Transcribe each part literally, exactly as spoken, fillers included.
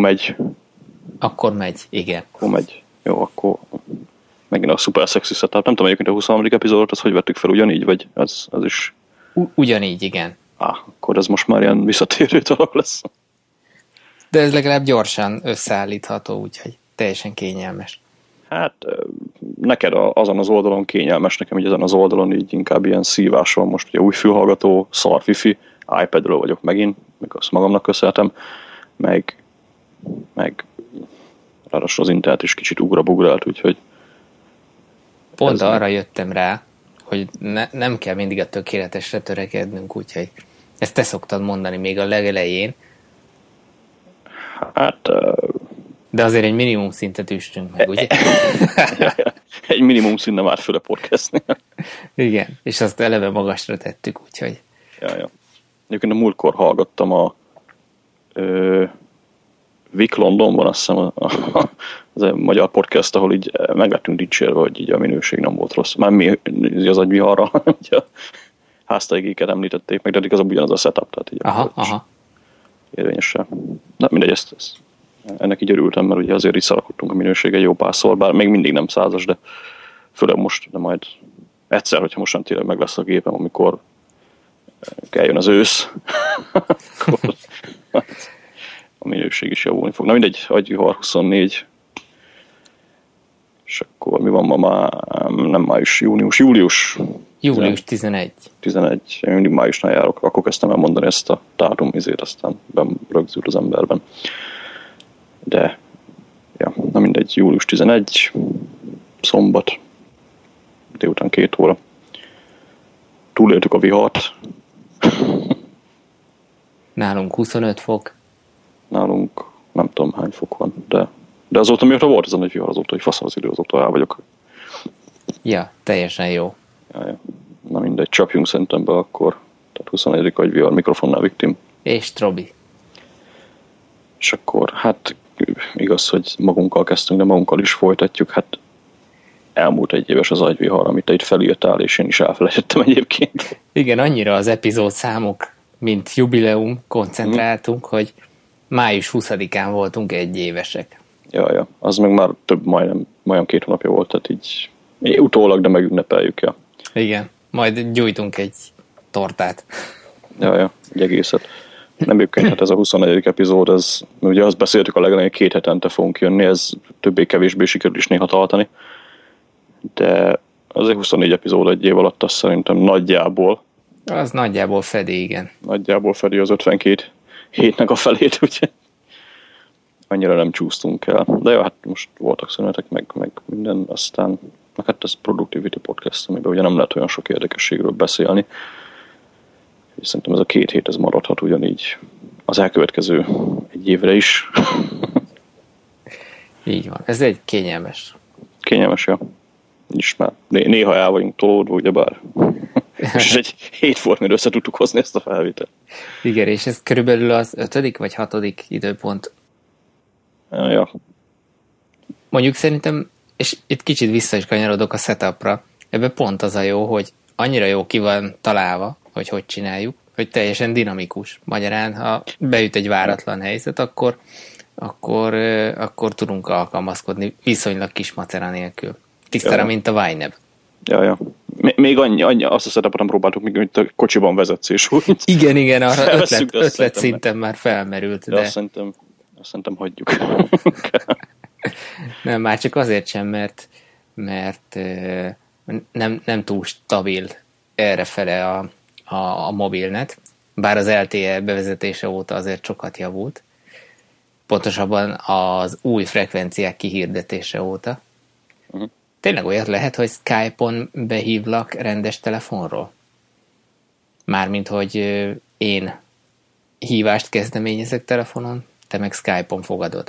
megy. Akkor megy, igen. Akkor megy. Jó, akkor megint a szuper szexi setup. Nem tudom, egyébként a huszonharmadik epizódot, az hogy vettük fel, ugyanígy, vagy az, az is... U- ugyanígy, igen. Á, akkor ez most már ilyen visszatérő dolog lesz. De ez legalább gyorsan összeállítható, úgyhogy teljesen kényelmes. Hát neked azon az oldalon kényelmes, nekem így ezen az oldalon így inkább ilyen szívás van. Most ugye új fülhallgató, szar wifi, iPadről vagyok megint, meg azt magamnak köszönhetem, meg, meg ráadásul az internet is kicsit ugrabugrált, úgyhogy pont arra nem... jöttem rá, hogy ne, nem kell mindig a tökéletesre törekednünk, úgyhogy ezt te szoktad mondani még a legelején. Hát... Uh... De azért egy minimum szintet üstünk meg, ugye? Egy minimum szint nem árt föl a podcastnél. Igen, és azt eleve magasra tettük, úgyhogy... Ja, ja. Egyébként a múltkor hallgattam a ö, Vic Londonban, azt hiszem, a, a, az a magyar podcast, ahol így meg lettünk dicsérve, hogy így a minőség nem volt rossz. Már mi az agyviharra, hogy a háztaigéket említették meg, de eddig az ugyanaz a setup, tehát így aha, aha. érvényesen. De mindegy, ezt, ezt, ennek így örültem, mert ugye azért így szarakodtunk a minőség egy jó párszor, bár még mindig nem százas, de főleg most, de majd egyszer, hogyha mostan tényleg meg lesz a gépem, amikor eljön az ősz, akkor a minőség is javulni fog. Na mindegy, agyvihar huszonnégy, és akkor mi van ma már, nem május, június, július. Július tizenegy. tizenegy, én mindig májusnál járok, akkor kezdtem el mondani ezt a dátum izét, aztán rögzült az emberben. De, ja, na mindegy, július tizenegy, szombat, délután két óra. Túléltük a vihart. Nálunk huszonöt fok. Nálunk nem tudom hány fok van, de, de azóta mióta volt ez a nagy vihar, azóta, hogy faszom az idő, azóta el vagyok. Ja, teljesen jó. Ja, ja. Na mindegy, csapjunk szerintem be akkor. Tehát huszonegyedik agyvihar, mikrofonnál Viktim. És Trobi. És akkor, hát igaz, hogy magunkkal kezdtünk, de magunkkal is folytatjuk. Hát elmúlt egy éves az agyvihar, amit te itt felírtál, és én is elfelejtettem egyébként. Igen, annyira az epizód számok, mint jubileum koncentráltunk, mm. hogy május huszadikán voltunk egy évesek. Ja, ja, az meg már több, majdnem, majdnem két hónapja volt, tehát így utólag, de megünnepeljük, ja. Igen, majd gyújtunk egy tortát. Ja, ja, egy egészet. Nem egyébként, hát ez a huszonegyedik epizód, ez, ugye azt beszéltük a legelején, két hetente fogunk jönni, ez többé-kevésbé sikerül is néha tartani, de azért huszonnégy epizód egy év alatt, azt szerintem nagyjából. Az nagyjából fedi, igen. Nagyjából fedi az ötvenkét hétnek a felét, úgyhogy annyira nem csúsztunk el. De jó, hát most voltak szünetek, meg, meg minden, aztán meg hát ez Productivity Podcast, amiben ugye nem lehet olyan sok érdekességről beszélni. És szerintem ez a két hét ez maradhat ugyanígy az elkövetkező egy évre is. Így van. Ez egy kényelmes. Kényelmes, ja. És már néha el vagyunk tolódva, ugyebár. És egy hét volt, mire össze tudtuk hozni ezt a felvételt. Igen, és ez körülbelül az ötödik vagy hatodik időpont. Ja. Mondjuk szerintem, és itt kicsit vissza is kanyarodok a setupra, ebben pont az a jó, hogy annyira jó ki van találva, hogy hogy csináljuk, hogy teljesen dinamikus. Magyarán, ha beüt egy váratlan helyzet, akkor, akkor, akkor tudunk alkalmazkodni viszonylag kis macera nélkül. Tisztára, ja. Mint a Vine-eb. Ja, ja. Még annyi, annyi azt a setupot nem próbáltuk, mint a kocsiban vezetsz és úgy. Igen, igen, arra ötlet, ötlet szinten már felmerült. De, de... Azt, szerintem, azt szerintem hagyjuk. Nem, már csak azért sem, mert, mert nem, nem túl stabil errefele a, a, a mobilnet, bár az el té e bevezetése óta azért sokat javult. Pontosabban az új frekvenciák kihirdetése óta. Uh-huh. Tényleg olyat lehet, hogy Skype-on behívlak rendes telefonról? Mármint, hogy én hívást kezdeményezek telefonon, te meg Skype-on fogadod.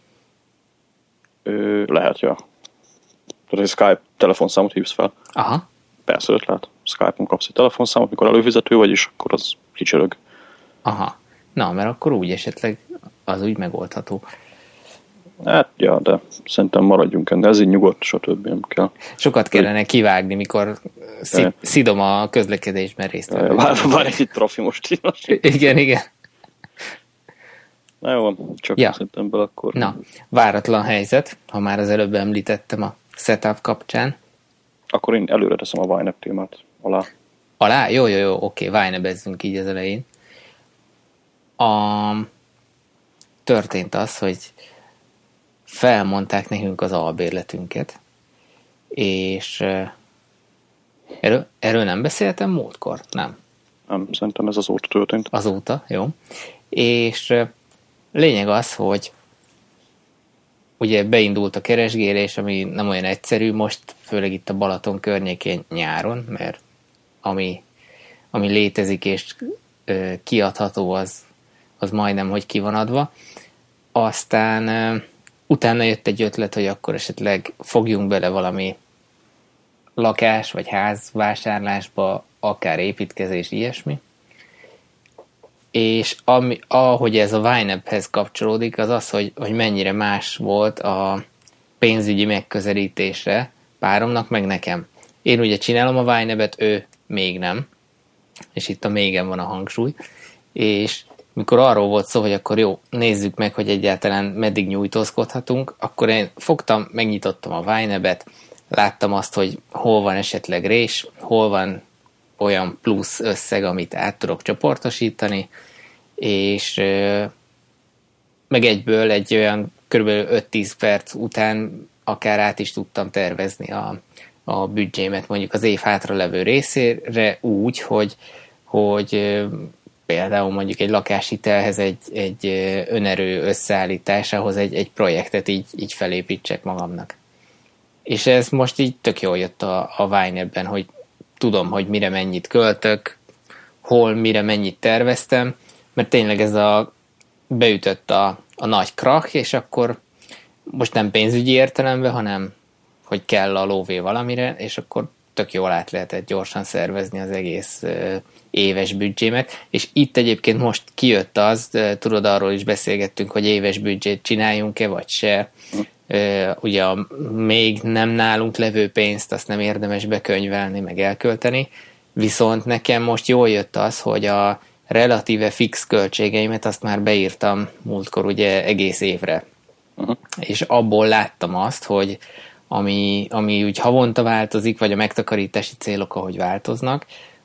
Ö, lehet, ja. Tehát egy Skype telefonszámot hívsz fel. Aha. Persze, öt lehet. Skype-on kapsz egy telefonszámot, mikor előfizető vagy, és akkor az kicsörög. Aha. Na, mert akkor úgy esetleg az úgy megoldható. Hát, ja, de szerintem maradjunk ennél. Ez így nyugodt, stb. Nem kell. Sokat kellene kivágni, mikor szid, szidom a közlekedésben részt. Várj, vár egy profi most. Igen, igen. Na jó, csak ja. szerintem bele akkor. Na, váratlan helyzet, ha már az előbb említettem a setup kapcsán. Akkor én előre teszem a YNAB témát alá. Alá? Jó, jó, jó, oké, YNAB-ezzünk így az elején. A... Történt az, hogy felmondták nekünk az albérletünket, és erről, erről nem beszéltem múltkor? Nem. Nem, szerintem ez azóta történt. Azóta, jó. És lényeg az, hogy ugye beindult a keresgélés, ami nem olyan egyszerű, most főleg itt a Balaton környékén nyáron, mert ami, ami létezik és ö, kiadható, az, az majdnem, hogy ki van adva. Aztán ö, utána jött egy ötlet, hogy akkor esetleg fogjunk bele valami lakás vagy ház vásárlásba, akár építkezés, ilyesmi. És ami, ahogy ez a YNAB-hez kapcsolódik, az az, hogy, hogy mennyire más volt a pénzügyi megközelítésre páromnak, meg nekem. Én ugye csinálom a YNAB-et, ő még nem, és itt a mégen van a hangsúly, és mikor arról volt szó, hogy akkor jó, nézzük meg, hogy egyáltalán meddig nyújtózkodhatunk, akkor én fogtam, megnyitottam a YNAB-et, láttam azt, hogy hol van esetleg rés, hol van olyan plusz összeg, amit át tudok csoportosítani, és meg egyből egy olyan kb. öt-tíz perc után akár át is tudtam tervezni a, a büdzsémet mondjuk az év hátralevő részére úgy, hogy, hogy például mondjuk egy lakáshitelhez egy, egy önerő összeállításához egy, egy projektet így, így felépítsek magamnak. És ez most így tök jól jött a, a YNAB-ben, hogy tudom, hogy mire mennyit költök, hol, mire mennyit terveztem, mert tényleg ez a beütött a, a nagy krach, és akkor most nem pénzügyi értelemben, hanem hogy kell a lóvé valamire, és akkor tök jól át lehetett gyorsan szervezni az egész uh, éves büdzsémet, és itt egyébként most kijött az, uh, tudod, arról is beszélgettünk, hogy éves büdzsét csináljunk-e, vagy se. Uh, ugye a még nem nálunk levő pénzt azt nem érdemes bekönyvelni, meg elkölteni, viszont nekem most jól jött az, hogy a relatíve fix költségeimet azt már beírtam múltkor ugye egész évre. Uh-huh. És abból láttam azt, hogy ami, ami úgy havonta változik, vagy a megtakarítási célok, ahogy változnak,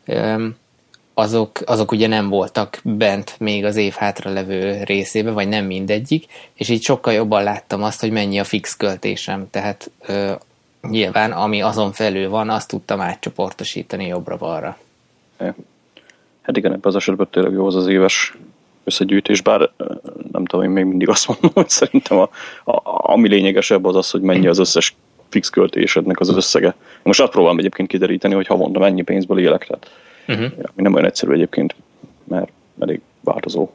azok, azok ugye nem voltak bent még az év hátralevő részébe, vagy nem mindegyik, és így sokkal jobban láttam azt, hogy mennyi a fix költésem. Tehát ö, nyilván, ami azon felül van, azt tudtam átcsoportosítani jobbra-balra. Hát igen, ebben az esetben tényleg jó az az éves összegyűjtés, bár nem tudom, én még mindig azt mondom, hogy szerintem a, a, ami lényegesebb az az, hogy mennyi az összes fix költésednek az összege. Most azt próbálom egyébként kideríteni, hogy havonta mennyi pénzből élek, tehát uh-huh. ja, nem olyan egyszerű egyébként, mert elég változó.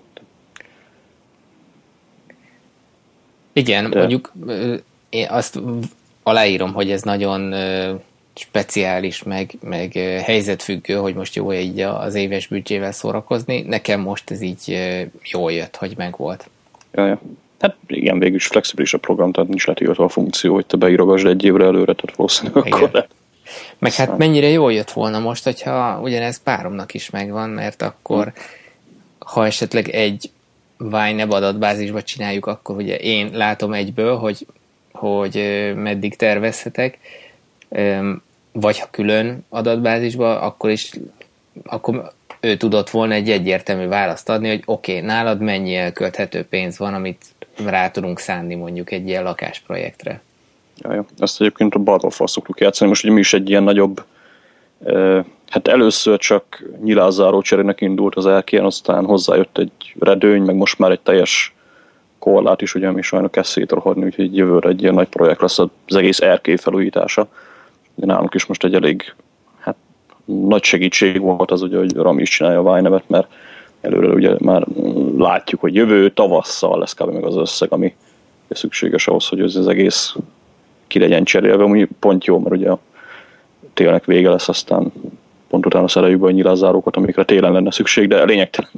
Igen, De... mondjuk én azt aláírom, hogy ez nagyon speciális, meg, meg helyzetfüggő, hogy most jó így az éves büdzsével szórakozni. Nekem most ez így jól jött, hogy megvolt. Ja, ja. Hát igen, végül is flexibilis a program, tehát nincs letiltva a funkció, hogy te beírogasd egy évre előre, tehát valószínűleg igen. Akkor lehet. Meg hát mennyire jól jött volna most, hogyha ugyanez páromnak is megvan, mert akkor hmm. ha esetleg egy YNAB adatbázisba csináljuk, akkor ugye én látom egyből, hogy, hogy meddig tervezhetek, vagy ha külön adatbázisba, akkor is akkor ő tudott volna egy egyértelmű választ adni, hogy oké, okay, nálad mennyi elkölthető pénz van, amit rá tudunk szánni mondjuk egy ilyen lakásprojektre. Ja, jó. Ezt egyébként a Baltofal szoktuk játszani. Most ugye mi is egy ilyen nagyobb, eh, hát először csak nyilázzáró cserének indult az elkén, aztán hozzájött egy redőny, meg most már egy teljes korlát is, ugye, ami sajnos kezd szétrohadni, úgyhogy jövőre egy ilyen nagy projekt lesz az egész erkély felújítása. De nálunk is most egy elég hát, nagy segítség volt az, ugye, hogy Rami is csinálja a YNAB-et, mert előre ugye már látjuk, hogy jövő tavasszal lesz kb. Meg az összeg, ami szükséges ahhoz, hogy ez az egész ki legyen cserélve. Úgy pont jó, mert ugye a télnek vége lesz, aztán pont utána szereljük be a nyilázárókat, amikre télen lenne szükség, de lényegtelen.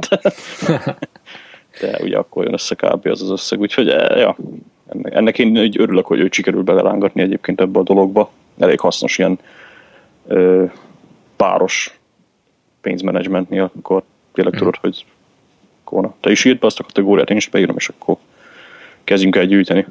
De ugye akkor jön össze kb. Az az összeg, úgyhogy ja, ennek, ennek én úgy örülök, hogy ő sikerül belerángatni egyébként ebbe a dologba. Elég hasznos ilyen ö, páros pénzmenedzsmentnél, akkor tényleg tudod, hogy akkor na. Te is írd be azt a kategóriát, én is beírom, és akkor kezdjünk el gyűjteni.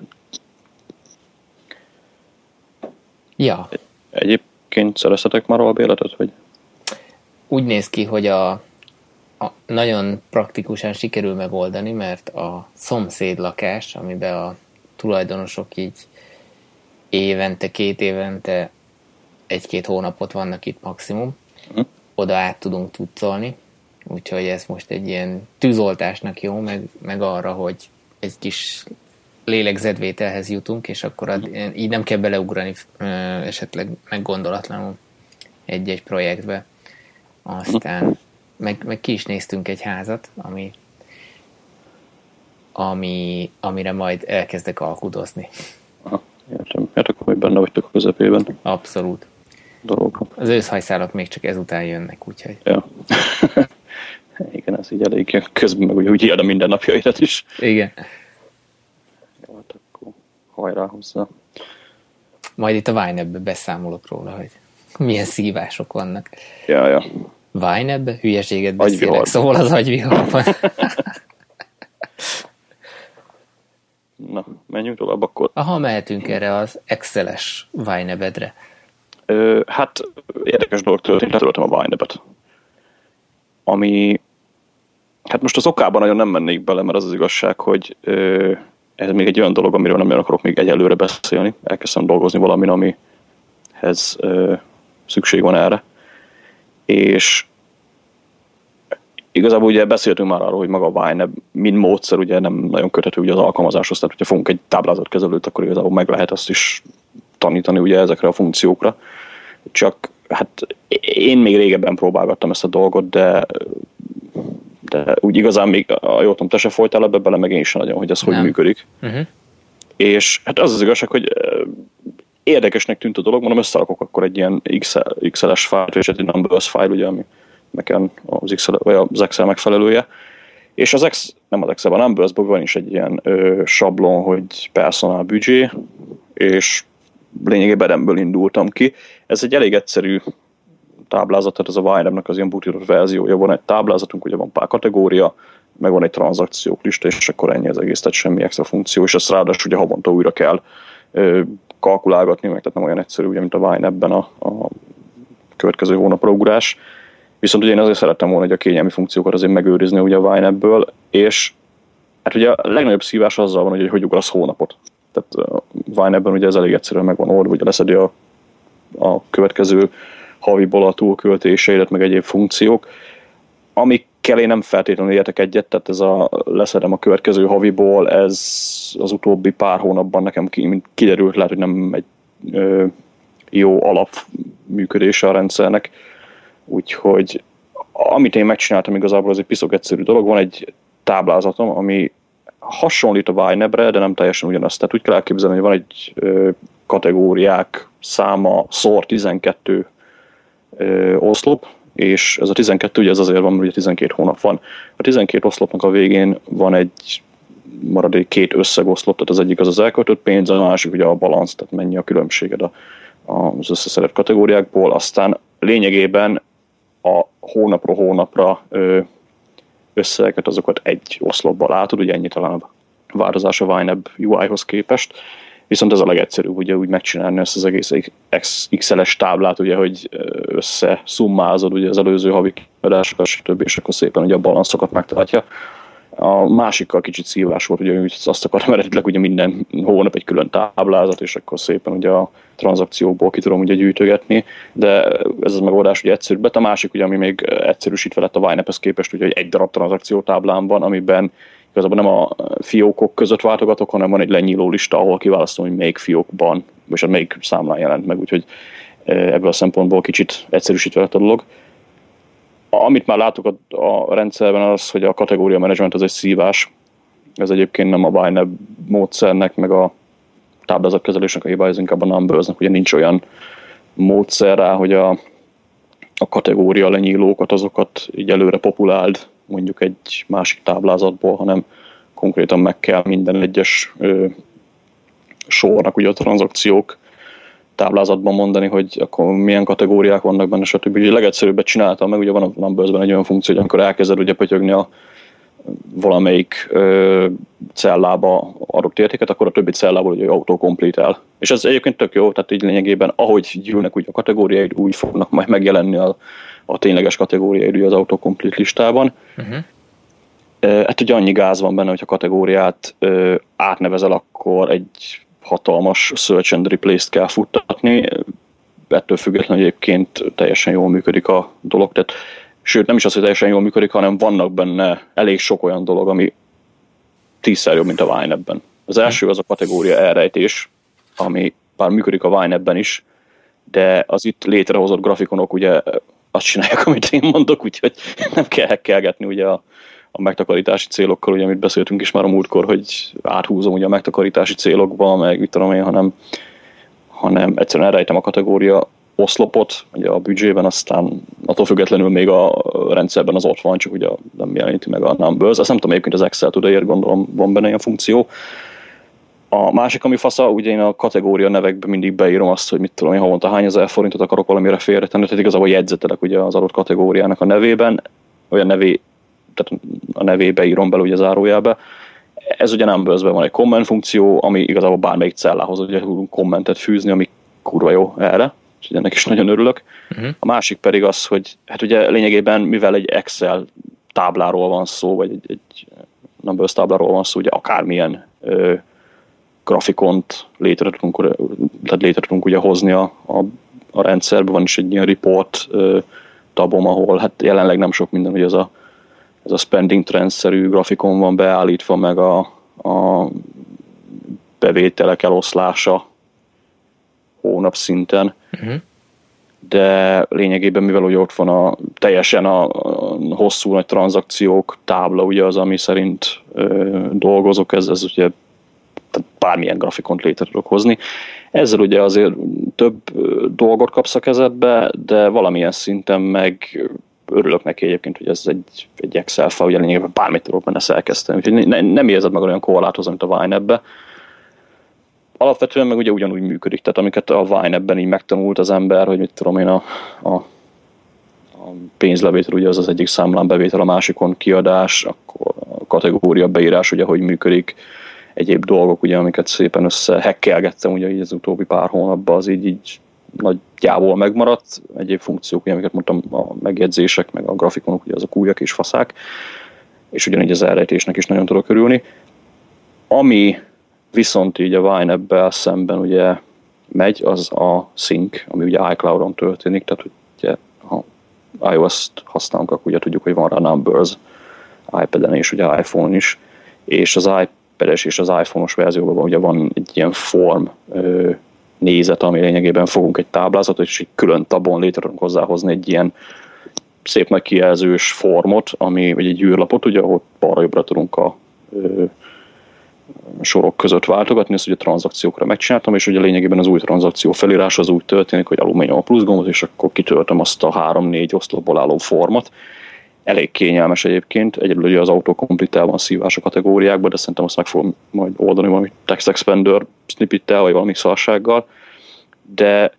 Ja. Egyébként szereztetek már albérletet, vagy? Úgy néz ki, hogy a, a nagyon praktikusan sikerül megoldani, mert a szomszéd lakás, amiben a tulajdonosok így évente, két évente egy-két hónapot vannak itt maximum, hm. oda át tudunk tudcolni, úgyhogy ez most egy ilyen tűzoltásnak jó, meg, meg arra, hogy egy kis lélegzetvételhez jutunk, és akkor ad, így nem kell beleugrani esetleg meggondolatlanul egy-egy projektbe. Aztán meg, meg ki is néztünk egy házat, ami, ami, amire majd elkezdek alkudozni. Aha, értem. Hát akkor még benne vagytok a közepében. Abszolút. Dologban. Az őszhajszálak még csak ezután jönnek, úgyhogy. Ja. Igen, ez így elég közben meg ugye úgy írd a mindennapjaidat is. Igen. Jó, hát akkor hajrá hozzá. Majd itt a Wine-be beszámolok róla, hogy milyen szívások vannak. Ja, ja. Wine-be? Hülyeséget beszélek, agyvihar. Szóval az agyviharban. Na, menjünk tovább akkor. Aha, mehetünk erre az Excel-es Wine-bedre. Ö, hát érdekes dolog történt, letöltöm a Wine-bet. Ami, hát most az okában nagyon nem mennék bele, mert az az igazság, hogy ö, ez még egy olyan dolog, amiről nem akarok még egyelőre beszélni. Elkezdtem dolgozni valamin, amihez ö, szükség van erre. És igazából ugye beszéltünk már arról, hogy maga a Wine, mint módszer ugye nem nagyon köthető ugye az alkalmazáshoz, tehát hogyha fogunk egy táblázatkezelőt, akkor igazából meg lehet azt is tanítani ugye ezekre a funkciókra. Csak hát én még régebben próbálgattam ezt a dolgot, de, de úgy igazán még, jól tudom, te se folytál ebbe bele, meg én sem nagyon, hogy ez nem. Hogy működik. Uh-huh. És hát az az igazság, hogy érdekesnek tűnt a dolog, mondom, összerakok akkor egy ilyen iksz el-es fájlt, és egy numbers file, ugye, ami nekem az Excel, vagy az Excel megfelelője. És az Excel, nem az Excel, a Numbers-ban van is egy ilyen ö, sablon, hogy personal budget, és lényegében ebből indultam ki. Ez egy elég egyszerű táblázat, tehát ez a Wine-nek az ilyen bootilott verziója. Van egy táblázatunk, ugye van pár kategória, meg van egy tranzakciók lista, és akkor ennyi az egész, tehát semmi extra funkció, és ezt ráadásul ugye havonta újra kell ö, kalkulálgatni, meg tehát nem olyan egyszerű, ugye, mint a Wine ebben a, a következő hónapra ugrás. Viszont ugye én azért szerettem volna, hogy a kényelmi funkciókat azért megőrizni ugye a Wine-ebből, és hát ugye a legnagyobb szívás azzal van, hogy hogy ugrasz hónapot. Tehát a Wine-ebben ugye ez elég egyszerűen megvan oldva, ugye leszedi a, a következő haviból a túlköltéseidet, meg egyéb funkciók, amikkel én nem feltétlenül értek egyet, tehát ez a leszedem a következő haviból, ez az utóbbi pár hónapban nekem kiderült, lehet, hogy nem egy ö, jó alapműködése a rendszernek. Úgyhogy amit én megcsináltam igazából, az egy piszok egyszerű dolog. Van egy táblázatom, ami hasonlít a Wine-bre, de nem teljesen ugyanazt. Tehát úgy kell elképzelni, hogy van egy ö, kategóriák száma szor tizenkettő ö, oszlop, és ez a tizenkettő ugye ez azért van, mert ugye tizenkét hónap van. A tizenkét oszlopnak a végén van egy maradék két összegoszlop, tehát az egyik az az elköltött pénz, a másik ugye a balansz, tehát mennyi a különbséged a, az összeszedett kategóriákból. Aztán lényegében a hónapról hónapra összegeket, azokat egy oszlopba látod, ugye ennyi talán a változás a Wine-ebb u i-hoz képest, viszont ez a legegyszerűbb ugye úgy megcsinálni ezt az egész iksz el-es táblát, ugye, hogy összeszummázod ugye az előző havi kiadásokat, stb. És akkor szépen ugye a balanszokat megtartja. A másikkal kicsit szívás volt, ugye úgy azt akarom eredetileg ugye minden hónap egy külön táblázat, és akkor szépen ugye a tranzakciókból ki tudom ugye gyűjtögetni, de ez az megoldás ugye egyszerűbb. A másik ugye, ami még egyszerűsítve lett a Wine-hez képest, ugye, hogy egy darab tranzakciótáblám van, amiben igazából nem a fiókok között váltogatok, hanem van egy lenyíló lista, ahol kiválasztom, hogy melyik fiókban, és melyik számlán jelent meg, úgyhogy ebből a szempontból kicsit egyszerűsítve lett a dolog. Amit már látok a, a rendszerben az, hogy a kategória menedzsment az egy szívás. Ez egyébként nem a Wine módszernek, meg a táblázatkezelésnek a hibája, ez inkább a Numbers-nek, ugye nincs olyan módszer rá, hogy a, a kategória lenyílókat, azokat így előre populáld mondjuk egy másik táblázatból, hanem konkrétan meg kell minden egyes ö, sornak ugye a tranzakciók táblázatban mondani, hogy akkor milyen kategóriák vannak benne, stb. Ugye legegyszerűbbet csináltam meg, ugye van a Numbers-ben egy olyan funkció, hogy amikor elkezded ugye pötyögni a, valamelyik ö, cellába adott értéket, akkor a többi cellából ugye autocomplete el. És ez egyébként tök jó, tehát így lényegében, ahogy gyűlnek úgy a kategóriáid, úgy fognak majd megjelenni a, a tényleges kategóriáid az autocomplete listában. Uh-huh. Hát ugye annyi gáz van benne, hogy a kategóriát ö, átnevezel, akkor egy hatalmas search and replace-t kell futtatni. Ettől függetlenül egyébként teljesen jól működik a dolog. Tehát, sőt, nem is az, hogy teljesen jól működik, hanem vannak benne elég sok olyan dolog, ami tízszer jobb, mint a Wine-ebben. Az első az a kategória elrejtés, ami bár működik a Wine-ebben is, de az itt létrehozott grafikonok ugye azt csinálják, amit én mondok, úgyhogy nem kell hekkelgetni ugye a, a megtakarítási célokkal, ugye, amit beszéltünk is már a múltkor, hogy áthúzom ugye a megtakarítási célokba, meg mit tudom én, hanem, hanem egyszerűen elrejtem a kategória oszlopot ugye a büdzsében, aztán attól függetlenül még a rendszerben az ott van, csak ugye nem jeleníti meg a numbers. Azt nem tudom, egyébként az Excel tud, ér, gondolom van benne ilyen funkció. A másik, ami fasza, ugye én a kategória nevekben mindig beírom azt, hogy mit tudom én, havonta hány ezer forintot akarok valamire félretenni, tehát igazából jegyzetelek ugye az adott kategóriának a nevében, olyan nevé, tehát a nevébe írom bele ugye zárójelbe. Ez ugye numbersben van egy comment funkció, ami igazából bármelyik cellához ugye tudunk kommentet fűzni, ami kurva jó erre, és ennek is nagyon örülök. Uh-huh. A másik pedig az, hogy hát ugye lényegében, mivel egy Excel tábláról van szó, vagy egy, egy numbers tábláról van szó, ugye akármilyen ö, grafikont létre tudunk, tehát létre tudunk ugye hozni a, a, a rendszerben. Van is egy ilyen report ö, tabom, ahol hát jelenleg nem sok minden, hogy ez a, ez a spending trend-szerű grafikon van beállítva, meg a, a bevételek eloszlása hónap szinten. Uh-huh. De lényegében, mivel ugye ott van a teljesen a, a hosszú nagy tranzakciók tábla, ugye az, ami szerint ö, dolgozok, ez, ez ugye bármilyen grafikont létre tudok hozni. Ezzel ugye azért több dolgot kapsz a kezedbe, de valamilyen szinten meg örülök neki egyébként, hogy ez egy, egy Excel file, ugye lényegében bármit tudok benne szerkeszteni, úgyhogy ne, nem érzed meg olyan korlátozó, mint a Wine-ebbe. Alapvetően meg ugye ugyanúgy működik, tehát amiket a Wine-ebben így megtanult az ember, hogy mit tudom én, a, a, a pénzlevétel, ugye az az egyik számlán bevétel, a másikon kiadás, akkor a kategória beírás, ugye hogy működik, egyéb dolgok, ugye, amiket szépen összehekkelgettem, ugye így az utóbbi pár hónapban, az így, így nagyjából megmaradt. Egyéb funkciók, ugye, amiket mondtam, a megjegyzések, meg a grafikonok, ugye azok újak és faszák, és ugyanígy az elrejtésnek is nagyon tudok örülni. Ami viszont így a Wine-ebbel szemben ugye megy, az a sync, ami ugye iCloud-on történik, tehát ugye ha iOS-t használunk, akkor ugye tudjuk, hogy van rá numbers iPad-en és ugye iPhone-on is, és az iPad-es és az iPhone-os verzióban ugye van egy ilyen form ö, nézet, ami lényegében fogunk egy táblázatot, és egy külön tabon létre tudunk hozzáhozni egy ilyen szép nagy kijelzős formot, ami, vagy egy űrlapot, ugye, ahol balra-jobbra tudunk a ö, sorok között váltogatni, ezt ugye tranzakciókra megcsináltam, és ugye lényegében az új tranzakció felírás az úgy történik, hogy alumínium a plusz gombot, és akkor kitöltöm azt a három-négy oszlopból álló formot. Elég kényelmes egyébként, egyedül ugye az autocomplete van szívás a kategóriákban, de szerintem azt meg fogom majd oldani valami text expander snippettel, vagy valami szarsággal, de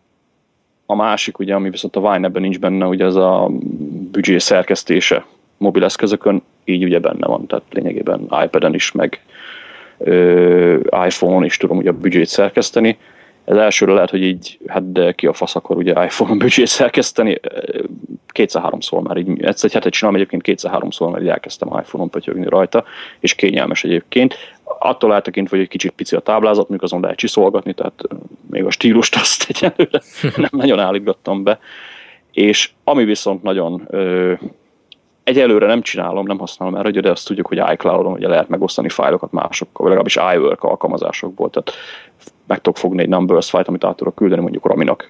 a másik, ugye, ami viszont a Wine-ebben nincs benne, ugye ez a büdzsé szerkesztése mobileszközökön, így ugye benne van, tehát lényegében iPad-en is, meg ö, iPhone-on is tudom ugye a büdzsét szerkeszteni. Ez elsőre lehet, hogy így, hát de ki a fasz akar ugye iPhone-on büdzsét szerkeszteni, kétszer-háromszor már így, egyszer egy hetet csinálom, egyébként kétszer-háromszor már így elkezdtem iPhone-on pötyögni rajta, és kényelmes egyébként. Attól eltekintve, hogy egy kicsit pici a táblázat, mikor azon lehet csiszolgatni, tehát még a stílust azt egyelőre nem nagyon állítgattam be. És ami viszont nagyon ö, egyelőre nem csinálom, nem használom erre, de azt tudjuk, hogy iCloud-on ugye lehet megosztani fájlokat másokkal, vagy legalábbis iWork alkalmazásokból, tehát meg tudok fogni egy numbers fájlt, amit át tudok küldeni mondjuk Raminak.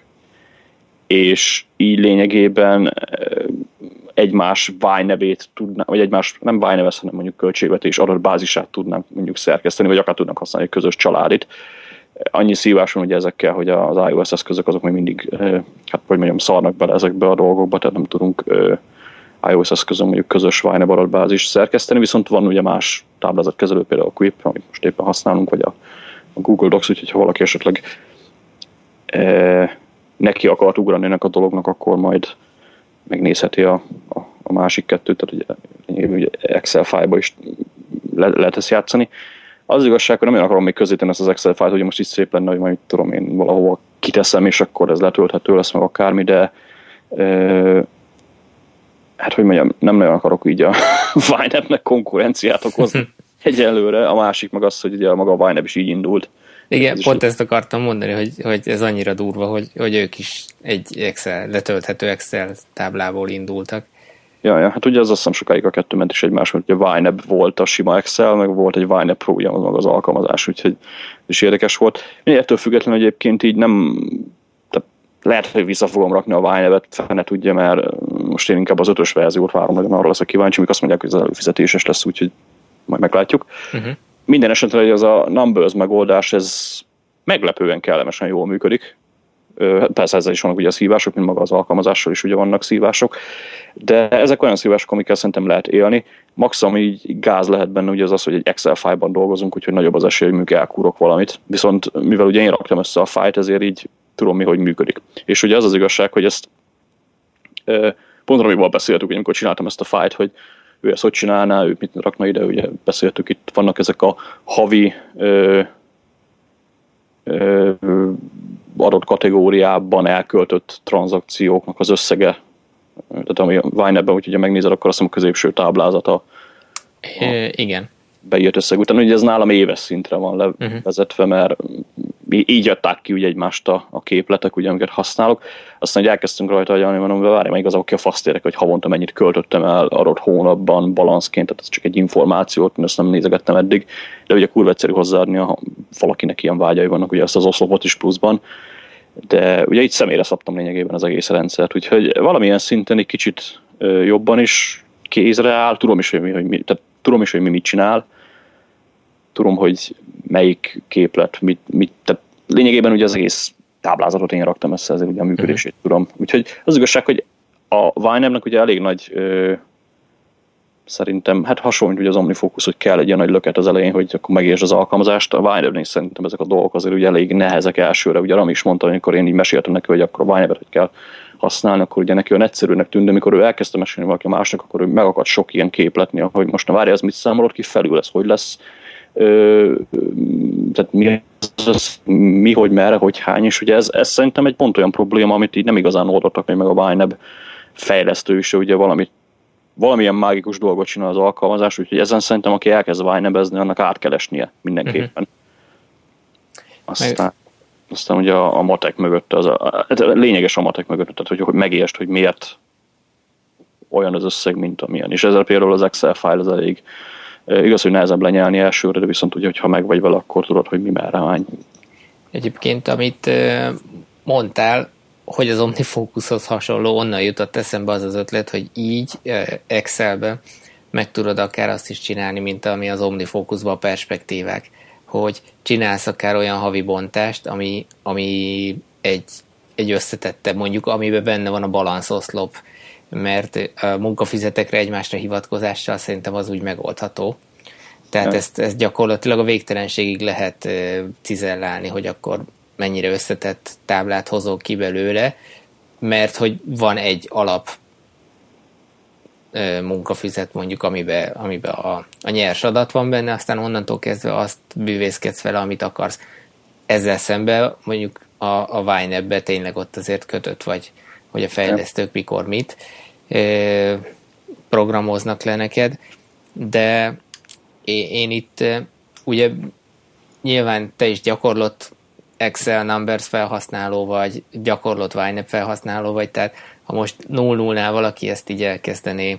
És így lényegében egymás Wine nevét tudnánk, vagy egymás, nem Wine nevet, hanem mondjuk költségvetés adatbázisát tudnánk mondjuk szerkeszteni, vagy akár tudnak használni egy közös családit. Annyi szívás van ugye ezekkel, hogy az iOS eszközök azok még mindig, hát hogy mondjam, szarnak bele ezekbe a dolgokba, tehát nem tudunk iOS eszközön mondjuk közös Wine adatbázis szerkeszteni, viszont van ugye más táblázatkezelő, például a Quip, amit most éppen használunk, vagy a, a Google Docs, úgyhogy ha valaki esetleg e, neki akart ugrani ennek a dolognak, akkor majd megnézheti a, a a másik kettőt, tehát ugye, ugye Excel fájlba is le, lehet ezt játszani. Az igazság, hogy nem én akarom még közzétenni ezt az Excel fájlt, hogy most is szép lenne, hogy majd tudom én valahova kiteszem, és akkor ez letölthető lesz meg akármi, de e, hát hogy mondjam, nem nagyon akarok így a YNAB-nek konkurenciát okozni egyelőre, a másik meg az, hogy ugye a maga a YNAB is így indult. Igen, ez pont ezt akartam mondani, hogy, hogy ez annyira durva, hogy, hogy ők is egy Excel, letölthető Excel táblából indultak. Ja, ja, hát ugye az azt hiszem sokáig a kettő ment is egymás, hogy a YNAB volt a sima Excel, meg volt egy YNAB Pro, ugye az maga az alkalmazás, úgyhogy is érdekes volt. Én ettől függetlenül egyébként így nem, tehát lehet, hogy vissza fogom rakni a YNAB-et, fene tudja, mert most én inkább az ötös verziót várom, nagyon arra leszek kíváncsi, amik azt mondják, hogy ez előfizetéses lesz, úgyhogy majd meglátjuk. Uh-huh. Minden esetre, hogy az a Numbers megoldás, ez meglepően kellemesen jól működik. Persze ezzel is vannak ugye a szívások, mint maga az alkalmazással is ugye vannak szívások, de ezek olyan szívások, amikkel szerintem lehet élni. Maximum így gáz lehet benne, ugye az az, hogy egy Excel fájlban dolgozunk, úgyhogy nagyobb az esély, hogy mondjuk elkúrok valamit. Viszont mivel ugye én raktam össze a fájlt, ezért így tudom mi, hogy működik. És ugye az az igazság, hogy ezt pont amivel beszéltük, amikor csináltam ezt a fájlt, hogy ő ezt hogy csinálná, ő mit rakna ide, ugye beszéltük, itt vannak ezek a havi ö, ö, adott kategóriában elköltött tranzakcióknak az összege, tehát ami a YNAB-ben, úgyhogy ha megnézed, akkor azt mondom, a középső táblázata a é, igen. beírt összeg. Utána ugye ez nálam éves szintre van levezetve, mert így adták ki ugye egymást a, a képletek, ugye, amiket használok. Aztán, hogy elkezdtünk rajta agyalni, mondom, várj, meg igazából ki a fasz térek, hogy havonta mennyit költöttem el adott hónapban balanszként, tehát ez csak egy információt, én ezt nem nézegettem eddig, de ugye kurva egyszerű hozzáadni, ha valakinek ilyen vágyai vannak, ugye ezt az oszlopot is pluszban, de ugye itt személyre szabtam lényegében az egész rendszert, úgyhogy valamilyen szinten egy kicsit jobban is kézre áll, tudom is, hogy mi, hogy mi, tehát tudom is, hogy mi mit csinál, tudom, hogy melyik képlet, mit, mit, tehát lényegében ugye az egész táblázatot én raktam össze, ezért ugye a működését uh-huh. tudom. Úgyhogy az igazság, hogy a YNAB-nek ugye elég nagy, ö, szerintem, hát hasonló, ugye az OmniFocus, hogy kell egy ilyen nagy löket az elején, hogy akkor megértsd az alkalmazást. A YNAB-nél szerintem ezek a dolgok azért ugye elég nehezek elsőre. Ugye Rami is mondta, amikor én így meséltem neki, hogy akkor a YNAB-et hogy kell használni, akkor ugye neki olyan egyszerűnek tűnt, de amikor ő elkezdte mesélni valaki másnak, akkor ő megakadt sok ilyen képletnél, hogy most na várj, ez mit számolod ki, felül lesz, hogy lesz, Ö, tehát mi, az, mi, hogy merre, hogy hány, és ugye ez, ez szerintem egy pont olyan probléma, amit így nem igazán oldottak még meg a YNAB fejlesztő is, ugye valamit, valamilyen mágikus dolgot csinál az alkalmazás, úgyhogy ezen szerintem, aki elkezd YNAB-ezni, annak át kell esnie mindenképpen. Uh-huh. Aztán, aztán ugye a, a matek mögött, az a, a, lényeges a matek mögött, tehát hogy, hogy megértsd, hogy miért olyan az összeg, mint amilyen. És ezzel például az Excel file az elég igaz, hogy nehezebb lenyelni elsőre, de viszont ugye, hogyha meg vagy vele, akkor tudod, hogy mi merre hány. Egyébként, amit mondtál, hogy az OmniFocushoz hasonló, onnan jutott eszembe az az ötlet, hogy így Excelbe meg tudod akár azt is csinálni, mint ami az OmniFocusban a perspektívák, hogy csinálsz akár olyan havi bontást, ami, ami egy, egy összetette, mondjuk, amiben benne van a balanszoszlop, mert a munkafizetekre egymásra hivatkozással szerintem az úgy megoldható. Tehát ja. ezt, ezt gyakorlatilag a végtelenségig lehet cizellálni, hogy akkor mennyire összetett táblát hozok ki belőle, mert hogy van egy alap munkafizet mondjuk, amiben, amiben a, a nyers adat van benne, aztán onnantól kezdve azt bűvészkedsz vele, amit akarsz. Ezzel szemben mondjuk a, a YNAB-be tényleg ott azért kötött vagy, hogy a fejlesztők mikor mit programoznak le neked, de én itt ugye nyilván te is gyakorlott Excel Numbers felhasználó vagy, gyakorlott YNAB felhasználó vagy, tehát ha most nulla nullnál valaki ezt így elkezdené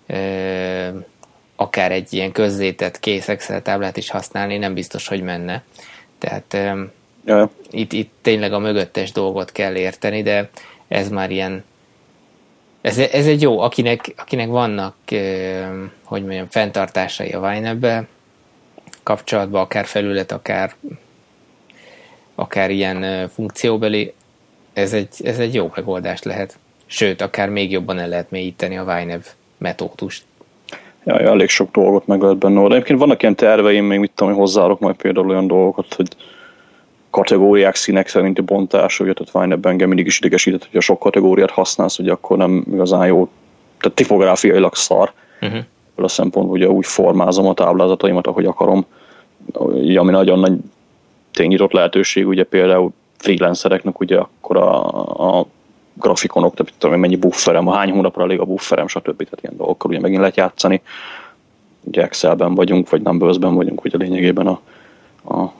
akár egy ilyen közzétett kész Excel táblát is használni, nem biztos, hogy menne. Tehát ja. itt, itt tényleg a mögöttes dolgot kell érteni, de ez már ilyen Ez, ez egy jó, akinek, akinek vannak, hogy mondjam, fenntartásai a YNAB-be kapcsolatban, akár felület, akár, akár ilyen funkcióbeli, ez egy, ez egy jó megoldás lehet. Sőt, akár még jobban el lehet mélyíteni a YNAB metódust. Ja, ja, elég sok dolgot meg lehet benne oda. Egyébként vannak ilyen terveim, még mit tudom, hogy hozzáadok majd például olyan dolgokat, hogy kategóriák, színek szerinti bontás, ugye, tehát YNAB engem mindig is idegesített, hogy a sok kategóriát használsz, hogy akkor nem igazán jó tehát tipográfiailag szar. Uh-huh. A szempontból ugye úgy formázom a táblázataimat, ahogy akarom, ami nagyon nagy tényított lehetőség, ugye például freelancereknek ugye akkor a, a grafikonok, tehát tudom, mennyi bufferem, hány hónapra elég a bufferem, stb. Tehát ilyen dolgokkal ugye megint lehet játszani. Ugye Excelben vagyunk, vagy Numbersben vagyunk, ugye lényegében a, a,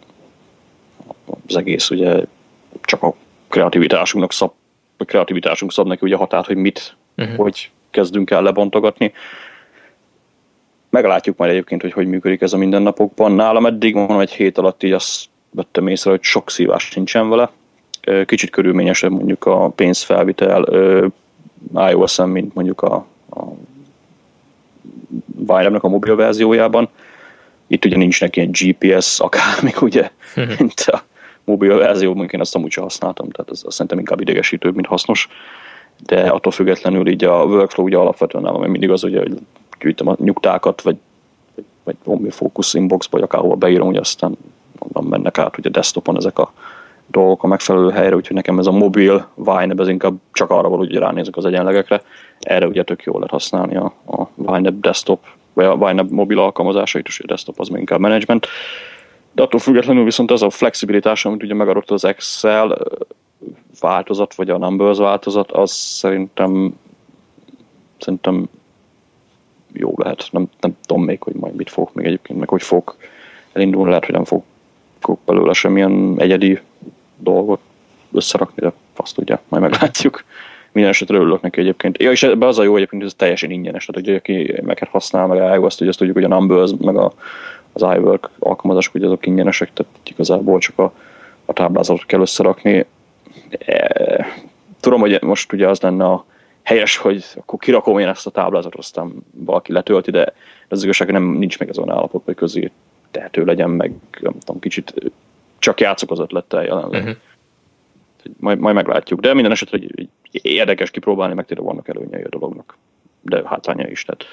az egész ugye csak a kreativitásunknak szab, a kreativitásunk szab neki ugye határt, hogy mit, uh-huh. hogy kezdünk el lebontogatni. Meglátjuk majd egyébként, hogy hogy működik ez a mindennapokban. Nálam eddig van egy hét alatt így azt vettem észre, hogy sok szívás nincsen vele. Kicsit körülményesebb mondjuk a pénzfelvitel iOS-en, mint mondjuk a, a Winamp-nek a mobil verziójában. Itt ugye nincs neki egy gé pé es akármi, ugye, mint a mobil verzió, mondjuk én azt amúgy sem használtam, tehát ez, ez szerintem inkább idegesítőbb, mint hasznos. De attól függetlenül így a workflow ugye alapvetően nálam, mert mindig az ugye, hogy gyűjtöm a nyugtákat, vagy, vagy, vagy OmniFocus inboxba, vagy akárhol beírom, hogy aztán onnan mennek át ugye desktopon ezek a dolgok a megfelelő helyre, úgyhogy nekem ez a mobil Winamp, ez inkább csak arra való, hogy ránézek az egyenlegekre. Erre ugye tök jól lehet használni a, a Winamp desktop, vagy a Winamp mobil alkalmazásait, és a desktop az még inkább management. De attól függetlenül viszont az a flexibilitás, amit ugye megadott az Excel változat, vagy a Numbers változat, az szerintem szerintem jó lehet. Nem, nem tudom még, hogy majd mit fogok még egyébként, meg hogy fog elindulni, lehet, hogy nem fog, fog belőle semmilyen egyedi dolgot összerakni, de azt tudja, majd meglátjuk. Minden esetre örülök neki egyébként. Ja, és ebben az a jó egyébként, hogy ez teljesen ingyenes, tehát hogy aki Mac-et használ, meg iOS-t, hogy azt tudjuk, hogy a Numbers, meg a, az iWork alkalmazások, hogy azok ingyenesek, tehát igazából csak a, a táblázatot kell összerakni. E, tudom, hogy most ugye az lenne a helyes, hogy akkor kirakom én ezt a táblázatot, aztán valaki letölti, de az igazság, nem nincs meg ez olyan állapot, hogy közé tehető legyen, meg nem tudom, kicsit csak játszok az ötlettel jelenleg. Uh-huh. Majd, majd meglátjuk, de minden esetre érdekes kipróbálni, meg tényleg vannak előnyei a dolognak, de hátránya is, tehát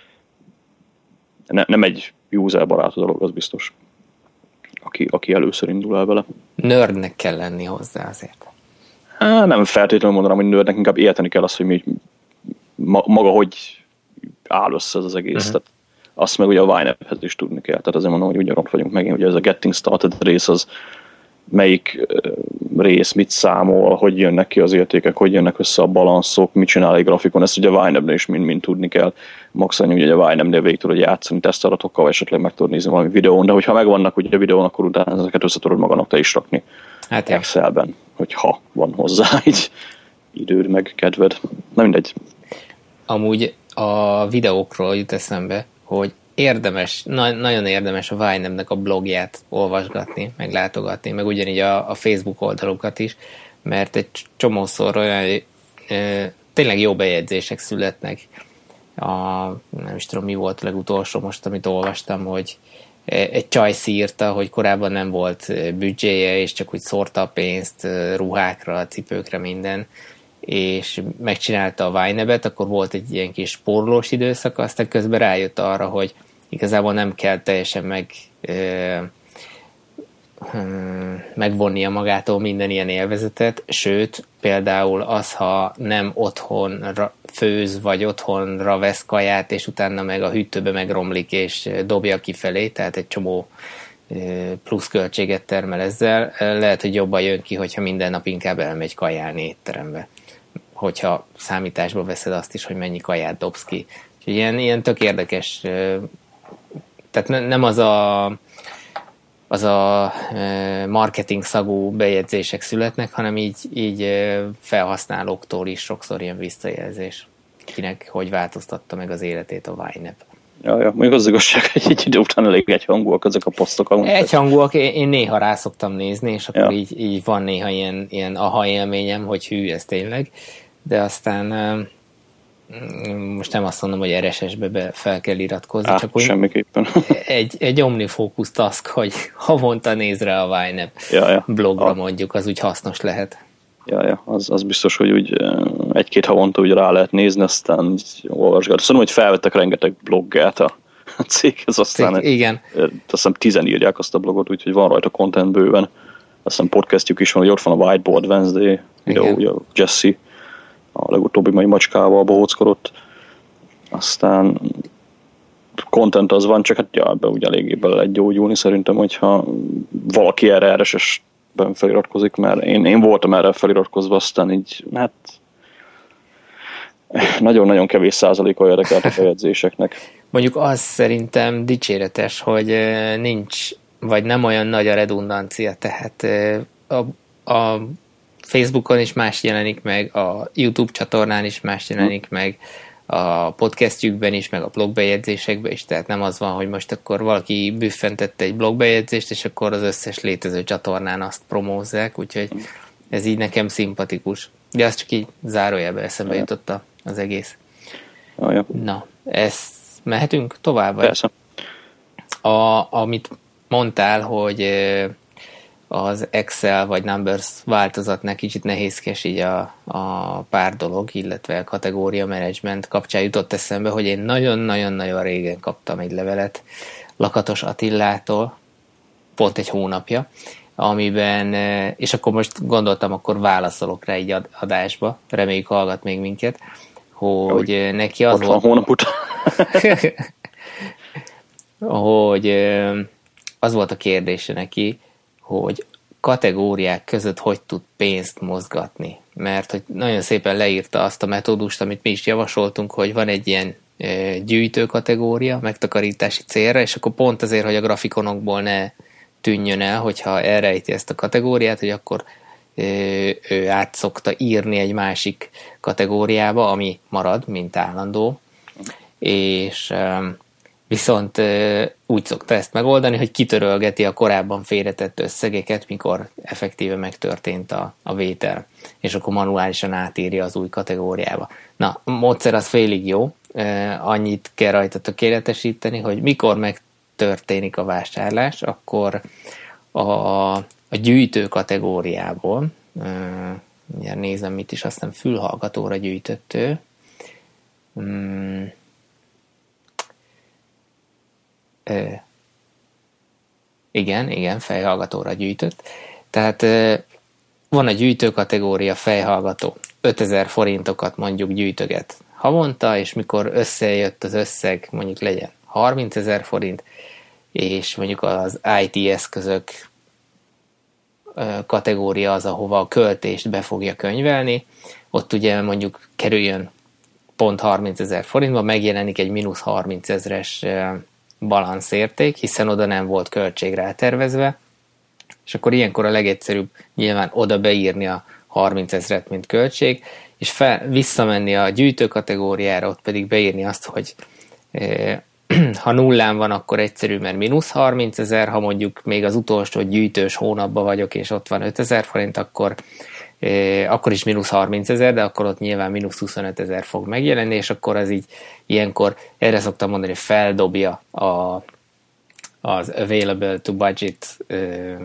ne, nem egy user barát a dolog, az biztos, aki, aki először indul el vele. Nerdnek kell lenni hozzá azért. Há, nem feltétlenül mondanám, hogy nerdnek, inkább érteni kell azt, hogy mi, ma, maga hogy áll össze ez az egész, uh-huh. tehát azt meg ugye a Winamp-hez is tudni kell, tehát azért mondom, hogy ugyanott vagyunk megint, ugye ez a Getting Started rész, az melyik rész mit számol, hogy jönnek ki az értékek, hogy jönnek össze a balanszok, mit csinál egy grafikon, ezt ugye a Winamp-nél is mind-mind tudni kell. Max annyi, ugye a Winamp-nél végig tudod játszani tesztadatokkal, vagy esetleg meg tudod nézni valami videón, de hogyha megvannak ugye a videón, akkor utána ezeket össze tudod magadnak te is rakni hát Excelben, hogyha van hozzá így időd meg kedved. Na mindegy. Amúgy a videókról jut eszembe, hogy érdemes, na, nagyon érdemes a Winamp-nek a blogját olvasgatni, meg látogatni, meg ugyanígy a, a Facebook oldalukat is, mert egy csomószor olyan e, tényleg jó bejegyzések születnek. A, nem is tudom, mi volt a legutolsó most, amit olvastam, hogy egy csajsz írta, hogy korábban nem volt büdzséje, és csak úgy szórta a pénzt ruhákra, cipőkre, minden, és megcsinálta a Winamp-et, akkor volt egy ilyen kis spórolós időszak, aztán közben rájött arra, hogy igazából nem kell teljesen meg ö, ö, megvonnia magától minden ilyen élvezetet, sőt, például az, ha nem otthonra főz, vagy otthonra vesz kaját, és utána meg a hűtőbe megromlik, és dobja kifelé, tehát egy csomó pluszköltséget termel ezzel, lehet, hogy jobban jön ki, hogyha minden nap inkább elmegy kajálni étterembe. Hogyha számításba veszed azt is, hogy mennyi kaját dobsz ki. Úgyhogy ilyen, ilyen tök érdekes, tehát ne, nem az a, az a marketing szagú bejegyzések születnek, hanem így, így felhasználóktól is sokszor ilyen visszajelzés, kinek hogy változtatta meg az életét a Winamp. Ja, ja, még az igazság, hogy egy idő után elég egyhangúak ezek a posztok. Egyhangúak, én, én néha rá szoktam nézni, és akkor ja. így, így van néha ilyen, ilyen aha élményem, hogy hű, ez tényleg, de aztán most nem azt mondom, hogy er es es-be be fel kell iratkozni, Á, csak úgy semmiképpen. egy, egy OmniFocus task, hogy havonta néz rá a Winamp ja, ja. blogra a... mondjuk, az úgy hasznos lehet. Ja, ja, az, az biztos, hogy úgy egy-két havonta úgy rá lehet nézni, aztán olvasgat. Szóval, hogy felvettek rengeteg bloggát a céghez, aztán Cég, igen. Azt hiszem tizen írják azt a blogot, úgyhogy van rajta content bőven. Azt hiszem podcastjuk is van, hogy ott van a Whiteboard Wednesday videó, ugye Jesse a legutóbbi mai macskával bohóckodott. Aztán content az van, csak hát ja, ebbe úgy eléggé bele lehet gyógyulni szerintem, hogyha valaki erre er es es-ben feliratkozik, mert én, én voltam erre feliratkozva, aztán így, hát nagyon-nagyon kevés százaléka érdekelt a bejegyzéseknek. Mondjuk az szerintem dicséretes, hogy nincs, vagy nem olyan nagy a redundancia, tehát a, a Facebookon is más jelenik meg, a YouTube csatornán is más jelenik hmm. meg, a podcastjükben is, meg a blogbejegyzésekben is, tehát nem az van, hogy most akkor valaki büffentette egy blogbejegyzést, és akkor az összes létező csatornán azt promózzák, úgyhogy ez így nekem szimpatikus. De az csak így zárójelben eszembe jutott az egész. Ah, ja. Na, ezt mehetünk tovább? Persze. A, amit mondtál, hogy az Excel vagy Numbers változatnak kicsit nehézkes így a, a pár dolog, illetve a kategória management kapcsán jutott eszembe, hogy én nagyon-nagyon-nagyon régen kaptam egy levelet Lakatos Attilától, pont egy hónapja, amiben, és akkor most gondoltam, akkor válaszolok rá egy adásba, reméljük hallgat még minket, hogy Úgy, neki az volt... hónap után. hogy az volt a kérdése neki, hogy kategóriák között hogy tud pénzt mozgatni. Mert hogy nagyon szépen leírta azt a metódust, amit mi is javasoltunk, hogy van egy ilyen gyűjtő kategória megtakarítási célra, és akkor pont azért, hogy a grafikonokból ne tűnjön el, hogyha elrejti ezt a kategóriát, hogy akkor ő át szokta írni egy másik kategóriába, ami marad, mint állandó, és viszont úgy szokta ezt megoldani, hogy kitörölgeti a korábban félretett összegeket, mikor effektíve megtörtént a, a vétel, és akkor manuálisan átírja az új kategóriába. Na, a módszer az félig jó, annyit kell rajta tökéletesíteni, hogy mikor megtörténik a vásárlás, akkor a, a gyűjtő kategóriából, ugye nézem mit is, aztán fülhallgatóra gyűjtött ő, hmm. Ö, igen, igen, fejhallgatóra gyűjtött. Tehát ö, van a gyűjtő kategória, fejhallgató. ötezer forintokat mondjuk gyűjtöget havonta, és mikor összejött az összeg, mondjuk legyen harmincezer forint, és mondjuk az i té eszközök ö, kategória az, ahova a költést be fogja könyvelni, ott ugye mondjuk kerüljön pont harmincezer forintba, megjelenik egy mínusz harmincezres balanszérték, hiszen oda nem volt költség rátervezve, és akkor ilyenkor a legegyszerűbb nyilván oda beírni a harmincezret, mint költség, és fel, visszamenni a gyűjtő kategóriára, ott pedig beírni azt, hogy eh, ha nullán van, akkor egyszerű, mert mínusz harmincezer, ha mondjuk még az utolsó gyűjtős hónapban vagyok, és ott van ötezer forint, akkor akkor is mínusz harmincezer, de akkor ott nyilván mínusz huszonötezer fog megjelenni, és akkor az így ilyenkor, erre szoktam mondani, hogy feldobja a, az available to budget ö,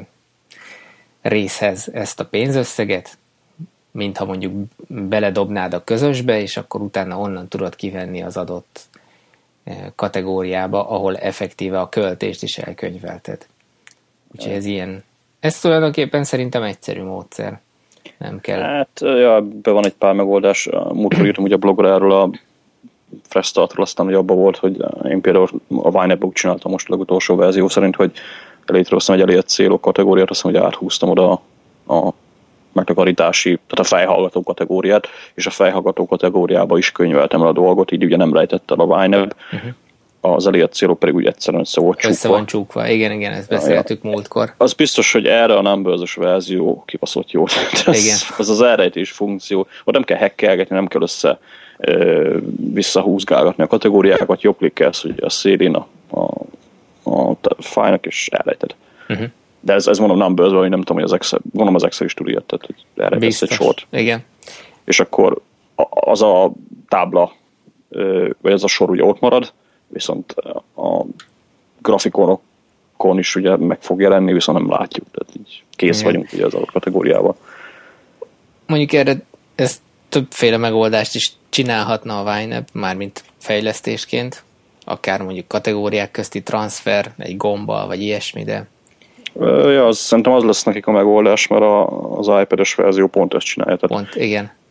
részhez ezt a pénzösszeget, mintha mondjuk beledobnád a közösbe, és akkor utána onnan tudod kivenni az adott kategóriába, ahol effektíve a költést is elkönyvelted. Úgyhogy ez ilyen, ez tulajdonképpen szerintem egyszerű módszer. Nem kell. Hát, ja, be van egy pár megoldás. Múltkor írtam ugye a blogra erről a Fresh Startról, aztán hogy abban volt, hogy én például a Winebook csináltam most a legutolsó verzió szerint, hogy létrehoztam egy elért célok kategóriát, azt mondja, hogy áthúztam oda a, a megtakarítási, tehát a fejhallgató kategóriát, és a fejhallgató kategóriába is könyveltem el a dolgot, így ugye nem rejtett el a Wineb. Uh-huh. Az elért célok pedig úgy egyszerűen össze volt csukva. Össze van csukva, igen, igen, ezt beszéltük ja, múltkor. Az biztos, hogy erre a Numbers-os verzió kibaszott jó. Ez, az az elrejtés funkció, ott nem kell hackelgetni, nem kell össze ö, visszahúzgálgatni a kategóriákat, jobb klikkelsz, hogy a szélén a, a, a fájnak, és elrejted. Uh-huh. De ez, ez mondom Numbers-ban, hogy nem tudom, hogy az Excel, gondolom az Excel is tud ilyet, tehát hogy elrejtesz egy sort. Igen. És akkor az a tábla, vagy az a sor ugye ott marad, viszont a grafikonokon is ugye meg fog jelenni, viszont nem látjuk, tehát így kész Igen. vagyunk ugye az adott kategóriával. Mondjuk erre ez többféle megoldást is csinálhatna a Wineb, mármint fejlesztésként, akár mondjuk kategóriák közti transfer, egy gombbal, vagy ilyesmi, de... Ja, az, szerintem az lesz nekik a megoldás, mert a, az iPad-es verzió pont ezt csinálja. Tehát pont, igen.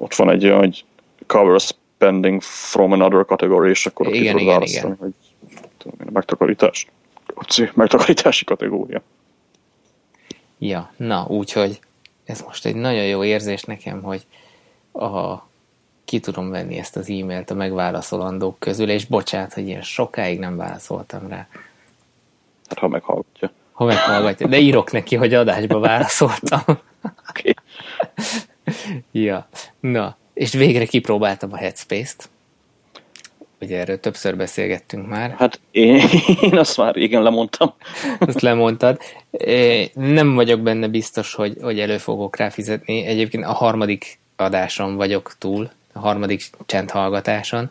ott van egy olyan, hogy cover spending from another category, és akkor ott igen, tudod igen, választani, igen. hogy tudom, megtakarítás. Opci, megtakarítási kategória. Ja, na, úgyhogy ez most egy nagyon jó érzés nekem, hogy a, ki tudom venni ezt az e-mailt a megválaszolandók közül, és bocsánat, hogy ilyen sokáig nem válaszoltam rá. Hát ha meghallgatja. Ha meghallgatja, de írok neki, hogy adásba válaszoltam. Oké. Ja, na, és végre kipróbáltam a Headspace-t. Ugye erről többször beszélgettünk már. Hát én, én azt már igen lemondtam. Azt lemondtad. Nem vagyok benne biztos, hogy, hogy elő fogok rá fizetni. Egyébként a harmadik adáson vagyok túl, a harmadik csendhallgatáson,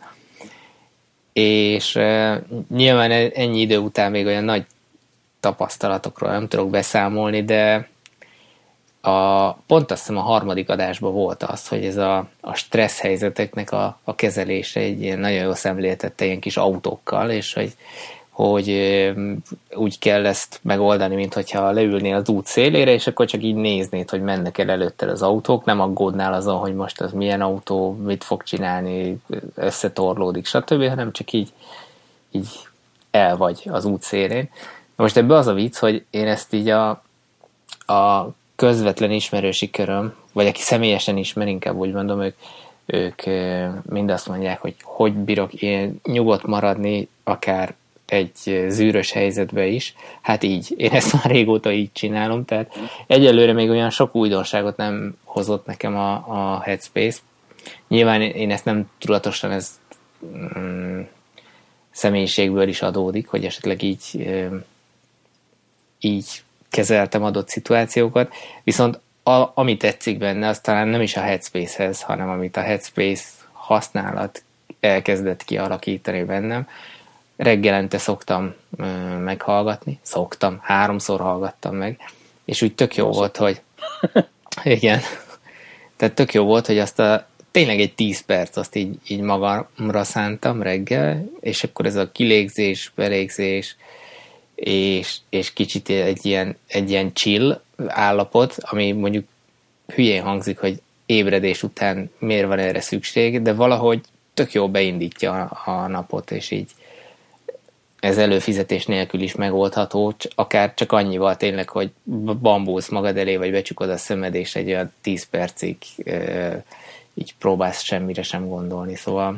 és nyilván ennyi idő után még olyan nagy tapasztalatokról nem tudok beszámolni, de a, pont azt hiszem a harmadik adásban volt az, hogy ez a, a stressz helyzeteknek a, a kezelése egy ilyen nagyon jó szemléltette ilyen kis autókkal, és hogy, hogy úgy kell ezt megoldani, mint hogyha leülnél az út szélére, és akkor csak így néznéd, hogy mennek el előtted az autók, nem aggódnál azon, hogy most az milyen autó, mit fog csinálni, összetorlódik, stb., hanem csak így, így el vagy az út szélén. Most ebben az a vicc, hogy én ezt így a, a közvetlen ismerősi köröm, vagy aki személyesen ismer, inkább úgy mondom, ők, ők mind azt mondják, hogy hogy bírok én nyugodt maradni, akár egy zűrös helyzetben is. Hát így, én ezt már régóta így csinálom, tehát egyelőre még olyan sok újdonságot nem hozott nekem a, a Headspace. Nyilván én ezt nem tudatosan, ez mm, személyiségből is adódik, hogy esetleg így így kezeltem adott szituációkat, viszont a, ami tetszik benne, az talán nem is a Headspace-hez, hanem amit a Headspace használat elkezdett kialakítani bennem. Reggelente szoktam ö, meghallgatni, szoktam, háromszor hallgattam meg, és úgy tök jó volt, hogy igen, tehát tök jó volt, hogy azt a tényleg egy tíz perc azt így, így magamra szántam reggel, és akkor ez a kilégzés, belégzés, és, és kicsit egy ilyen, egy ilyen chill állapot, ami mondjuk hülyén hangzik, hogy ébredés után miért van erre szükség, de valahogy tök jó beindítja a, a napot, és így ez előfizetés nélkül is megoldható, akár csak annyival tényleg, hogy bambulsz magad elé, vagy becsukod a szemed, és egy olyan tíz percig e, így próbálsz semmire sem gondolni. Szóval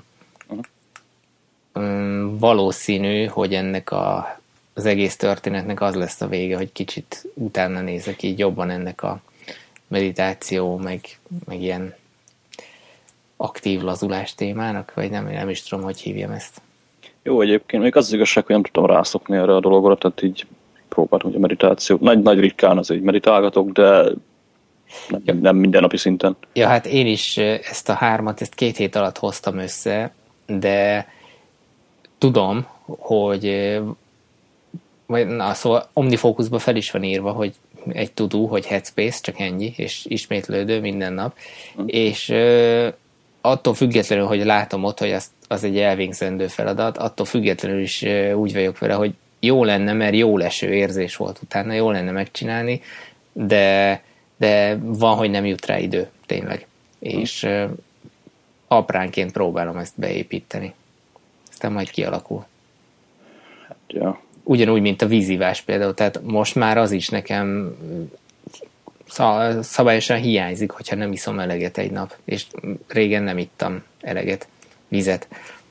um, valószínű, hogy ennek a az egész történetnek az lesz a vége, hogy kicsit utána nézek így jobban ennek a meditáció, meg, meg ilyen aktív lazulás témának, vagy nem, nem is tudom, hogy hívjam ezt. Jó, egyébként még az, az igazság, hogy nem tudtam rászokni erre a dologra, tehát így próbáltam, hogy a meditáció. Nagy, nagy ritkán az, hogy meditálgatok, de nem, ja. nem mindennapi szinten. Ja, hát én is ezt a hármat, ezt két hét alatt hoztam össze, de tudom, hogy vagy, na, szóval OmniFocusban fel is van írva, hogy egy to-do, hogy Headspace, csak ennyi, és ismétlődő minden nap, mm. és ö, attól függetlenül, hogy látom ott, hogy az, az egy elvégzendő feladat, attól függetlenül is ö, úgy vagyok vele, hogy jó lenne, mert jó leső érzés volt utána, jó lenne megcsinálni, de, de van, hogy nem jut rá idő, tényleg. Mm. És ö, apránként próbálom ezt beépíteni. Aztán majd kialakul. Hát, ja. Ugyanúgy, mint a vízivás például, tehát most már az is nekem szabályosan hiányzik, hogyha nem iszom eleget egy nap, és régen nem ittam eleget, vizet.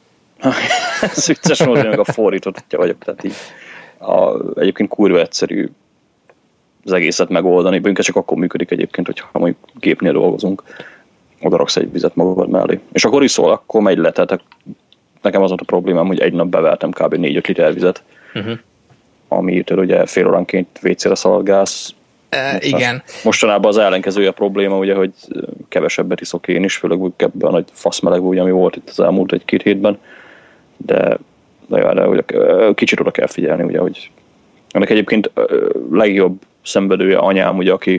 Ez vicces módon, meg a fordítottja vagyok, tehát így a, egyébként kurva egyszerű az egészet megoldani, bőnke csak akkor működik egyébként, hogyha mondjuk gépnél dolgozunk, oda raksz egy vizet magad mellé. És akkor iszol, akkor megy le, tehát nekem az volt a problémám, hogy egy nap bevertem kb. négy-öt liter vizet, uh-huh. amitől ugye fél óránként vécére szaladgálsz. Uh, igen. Mostanában az ellenkezője a probléma, ugye, hogy kevesebbet iszok én is, főleg ebben a nagy faszmelegben, ugye, ami volt itt az elmúlt egy-két hétben, de, de, de ugye, kicsit oda kell figyelni, ugye, hogy ennek egyébként legjobb szenvedője anyám, ugye, aki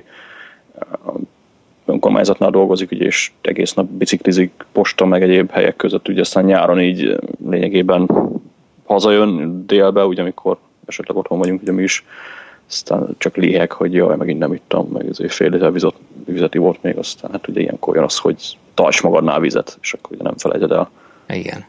önkormányzatnál dolgozik, ugye, és egész nap biciklizik posta, meg egyéb helyek között, ugye aztán nyáron így lényegében hazajön délbe, ugye, amikor esetleg otthon vagyunk, ugye mi is, aztán csak léhek, hogy jaj, megint nem ittam, meg ezért fél liter vizet, vizeti volt még, aztán hát ugye ilyenkor jön az, hogy tarts magadnál vizet, és akkor ugye nem felejted el. Igen.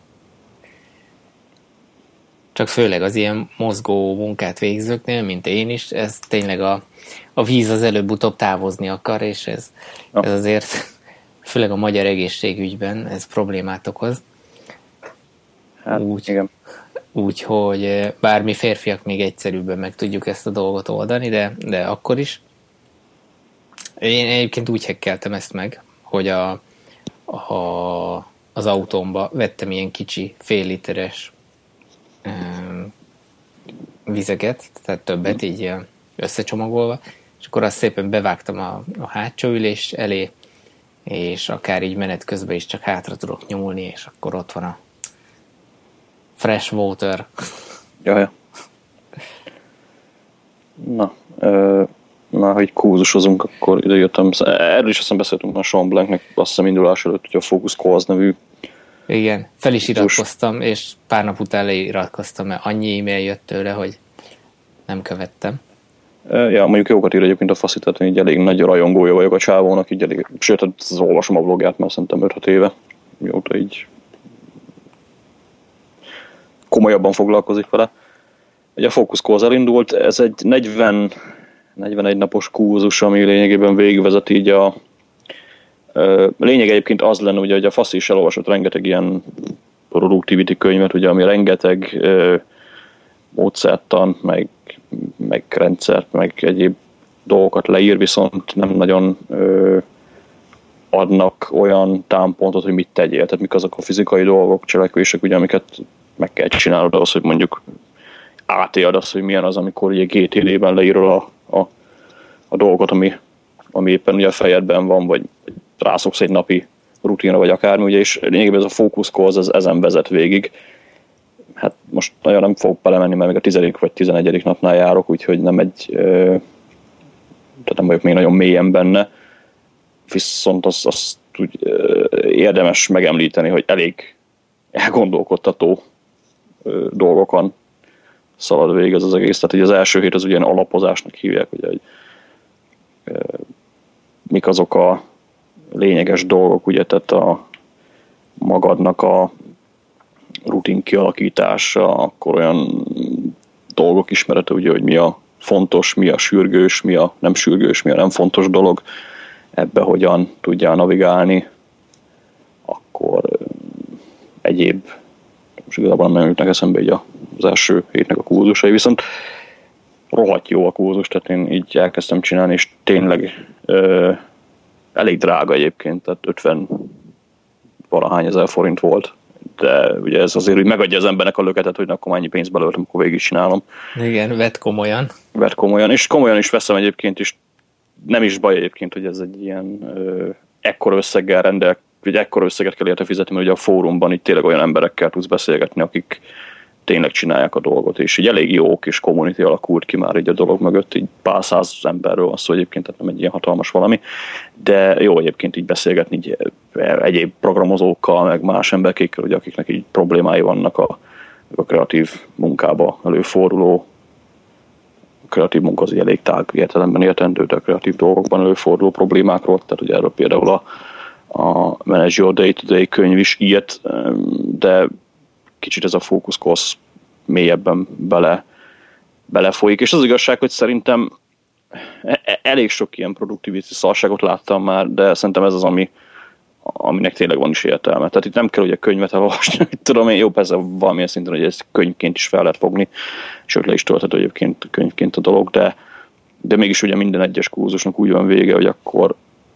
Csak főleg az ilyen mozgó munkát végzőknél, mint én is, ez tényleg a, a víz az előbb-utóbb távozni akar, és ez, ja. ez azért főleg a magyar egészségügyben ez problémát okoz. Hát, úgy, igen. Úgyhogy bár mi férfiak még egyszerűbben meg tudjuk ezt a dolgot oldani, de, de akkor is. Én egyébként úgy hekkeltem ezt meg, hogy a, a, az autómba vettem ilyen kicsi fél literes um, vizeket, tehát többet így összecsomagolva, és akkor azt szépen bevágtam a, a hátsó ülés elé, és akár így menet közben is csak hátra tudok nyúlni, és akkor ott van a fresh water. Jaj. Na, ö, már hogy kúzusozunk, akkor ide jöttem. Erről is aztán beszéltünk a Sean Blanknek, azt hiszem indulás előtt, hogy a Focus Calls nevű. Igen, fel is iratkoztam, és pár nap után leiratkoztam, mert annyi e-mail jött tőle, hogy nem követtem. Ja, mondjuk jókat ír egyébként a faszi, tehát így elég nagy rajongója vagyok a csávónak, így elég, sőt, az olvasom a blogját, mert szerintem öt-hat éve, mióta így komolyabban foglalkozik vele. Ugye a Focus Calls elindult, ez egy negyven, negyvenegy napos kurzus, ami lényegében végigvezet így a lényeg egyébként az lenne, ugye, hogy a faszi is elolvasott rengeteg ilyen productivity könyvet, ugye, ami rengeteg ö, módszertan, meg, meg rendszert, meg egyéb dolgokat leír, viszont nem nagyon ö, adnak olyan támpontot, hogy mit tegyél. Tehát mik azok a fizikai dolgok, cselekvések, ugye, amiket meg kell csinálnod ahhoz, hogy mondjuk átéld azt, hogy milyen az, amikor ugye gé té dé-ben leírod a, a, a dolgot, ami, ami éppen ugye a fejedben van, vagy rászoksz egy napi rutinra, vagy akármi, ugye, és lényegében ez a Focus Calls, ez ezen vezet végig. Hát most nagyon nem fogok belemenni, mert még a tizedik vagy tizenegyedik napnál járok, úgyhogy nem egy, ö, tehát nem vagyok még nagyon mélyen benne, viszont azt, azt úgy, ö, érdemes megemlíteni, hogy elég elgondolkodtató ö, dolgokon szalad végig ez az egész. Tehát az első hét az ugyan alapozásnak hívják, ugye, hogy ö, mik azok a lényeges dolgok, ugye, tehát a magadnak a rutin kialakítása, akkor olyan dolgok ismerete, ugye, hogy mi a fontos, mi a sürgős, mi a nem sürgős, mi a nem fontos dolog, ebbe hogyan tudjál navigálni, akkor egyéb, most igazából nem jutnak eszembe így az első hétnek a kurzusai, viszont rohadt jó a kurzus, tehát én így elkezdtem csinálni, és tényleg ö, elég drága egyébként, tehát ötven valahány ezer forint volt, de ugye ez azért úgy megadja az embernek a löketet, hogy akkor mennyi pénzt belőlem, akkor végig is csinálom. Igen, vett komolyan. Vett komolyan, és komolyan is veszem egyébként is. Nem is baj egyébként, hogy ez egy ilyen ö, ekkora összeggel rendel, vagy ekkora összeget kell érte fizetni, mert ugye a fórumban itt tényleg olyan emberekkel tudsz beszélgetni, akik tényleg csinálják a dolgot, és így elég jó kis community alakult ki már így a dolog mögött, így pár száz emberről van szó egyébként, tehát nem egy ilyen hatalmas valami, de jó egyébként így beszélgetni így egyéb programozókkal, meg más emberkékkel, ugye, akiknek így problémái vannak a, a kreatív munkába előforduló. A kreatív munka az elég tág értelemben értendő, de a kreatív dolgokban előforduló problémákról, tehát ugye erről például a, a Manage Your Day-to-Day könyv is ilyet, de kicsit ez a Focus Calls mélyebben bele, belefolyik, és az igazság, hogy szerintem elég sok ilyen productivity szarságot láttam már, de szerintem ez az, ami, aminek tényleg van is értelme. Tehát itt nem kell ugye könyvet elolvasni, tudom én, jó, persze valamilyen szinten, hogy ezt könyvként is fel lehet fogni, sőt le is tölthető egyébként könyvként a dolog, de, de mégis ugye minden egyes kurzusnak úgy van vége, hogy akkor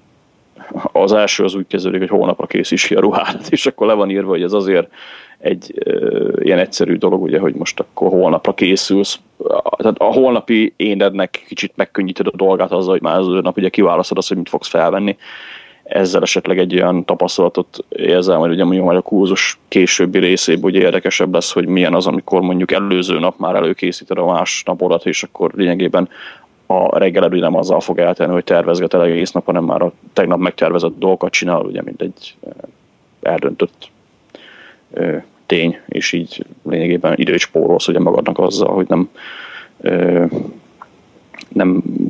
az első az úgy kezdődik, hogy holnapra készíts ki a ruhádat, és akkor le van írva, hogy ez azért egy ö, ilyen egyszerű dolog, ugye, hogy most akkor holnapra készülsz. Tehát a holnapi énednek kicsit megkönnyíted a dolgát azzal, hogy már az nap ugye kiválasztod azt, hogy mit fogsz felvenni. Ezzel esetleg egy olyan tapasztalatot érzel, hogy ugye mondjuk majd a kurzus későbbi részében ugye érdekesebb lesz, hogy milyen az, amikor mondjuk előző nap már előkészíted a más napodat, és akkor lényegében a reggeled nem azzal fog eltenni, hogy tervezgeted egész nap, hanem már a tegnap megtervezett dolgokat csinál, ugye, mint egy eldöntött ö, tény, és így lényegében időt spórolsz ugye magadnak azzal, hogy nem, ö, nem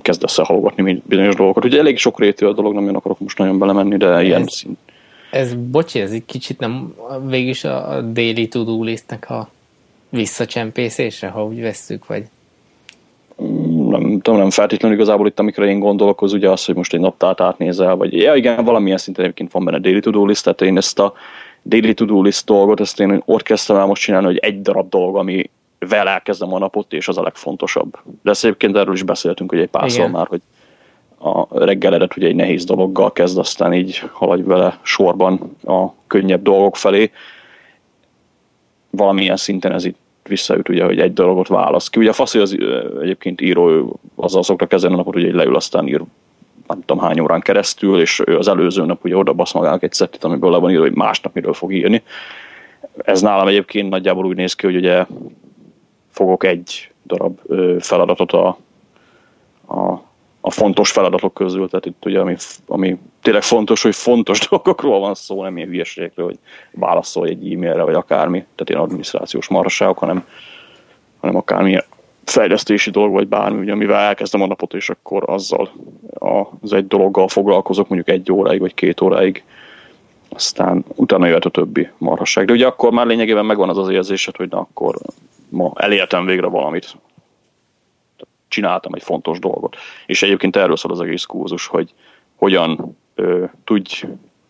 elkezd összehalogatni bizonyos dolgokat. Ugye elég sok rétű a dolog, nem akarok most nagyon belemenni, de ez, ilyen szint. Ez, bocsi, ez egy kicsit nem végülis a daily to-do listnek a visszacsempészése, ha úgy vesszük, vagy? Nem tudom, nem feltétlenül igazából itt, amikor én gondolok, az ugye az, hogy most egy naptárt átnézel, vagy ja igen, valamilyen szinten egyébként van benne daily to-do list, tehát én ezt a daily to-do list dolgot, ezt én ott kezdtem el most csinálni, hogy egy darab dolog, amivel elkezdem a napot, és az a legfontosabb. De ezt egyébként erről is beszéltünk, hogy egy párszor már, hogy a reggeledet ugye egy nehéz dologgal kezd, aztán így haladj vele sorban a könnyebb dolgok felé. Valamilyen szinten ez itt visszaüt, ugye, hogy egy dologot válasz ki. Ugye a Faszi az egyébként író, azzal szokta kezdeni a napot, hogy leül, aztán ír nem tudom hány órán keresztül, és ő az előző nap ugye oda basz magának egy szettit, amiből le van írva, hogy másnap miről fog írni. Ez nálam egyébként nagyjából úgy néz ki, hogy ugye fogok egy darab feladatot a, a, a fontos feladatok közül, tehát itt ugye ami, ami tényleg fontos, hogy fontos dolgokról van szó, nem ilyen hülyeségekről, hogy válaszolj egy e-mailre, vagy akármi, tehát ilyen adminisztrációs marhaságok, hanem, hanem akármilyen fejlesztési dolog, vagy bármi, ugye, amivel elkezdem a napot, és akkor azzal az egy dologgal foglalkozok, mondjuk egy óráig, vagy két óráig, aztán utána jöhet a többi marhasság. De ugye akkor már lényegében megvan az az érzésed, hogy na akkor ma elértem végre valamit. Csináltam egy fontos dolgot. És egyébként erről szól az egész kurzus, hogy hogyan ö, tudj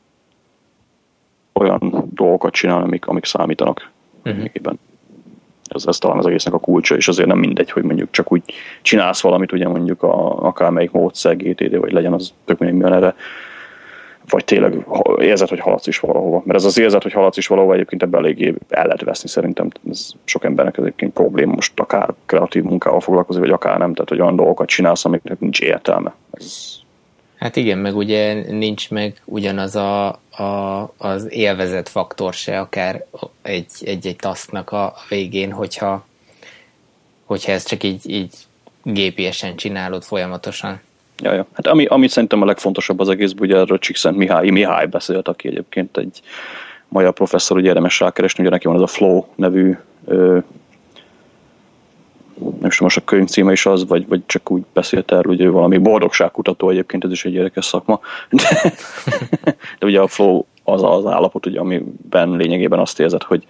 olyan dolgokat csinálni, amik, amik számítanak. Uh-huh. Ez, ez talán az egésznek a kulcsa, és azért nem mindegy, hogy mondjuk csak úgy csinálsz valamit, ugye mondjuk a, akármelyik módszer, gé té dé, vagy legyen az tök mindegy erre, vagy tényleg érzed, hogy haladsz is valahova. Mert ez az érzet, hogy haladsz is valahova, egyébként ebben eléggé el lehet veszni szerintem. Ez sok embernek egyébként probléma, most akár kreatív munkával foglalkozik, vagy akár nem, tehát hogy olyan dolgokat csinálsz, amiknek nincs értelme. Ez... Hát igen, meg ugye nincs meg ugyanaz a, a, az élvezet faktor se, akár egy, egy-egy tasknak a végén, hogyha, hogyha ezt csak így, így gépiesen csinálod folyamatosan. Ja, ja. Hát ami, ami szerintem a legfontosabb az egészben, ugye erről Csíkszent Mihály, Mihály beszélt, aki egyébként egy magyar professzor, ugye érdemes rákeresni, ugye neki van ez a Flow nevű, ö, nem most a könyv címe is az, vagy, vagy csak úgy beszélt erről, hogy ő valami boldogságkutató, egyébként ez is egy érdekes szakma, de, de ugye a Flow az az állapot, ugye, amiben lényegében azt érzed, hogy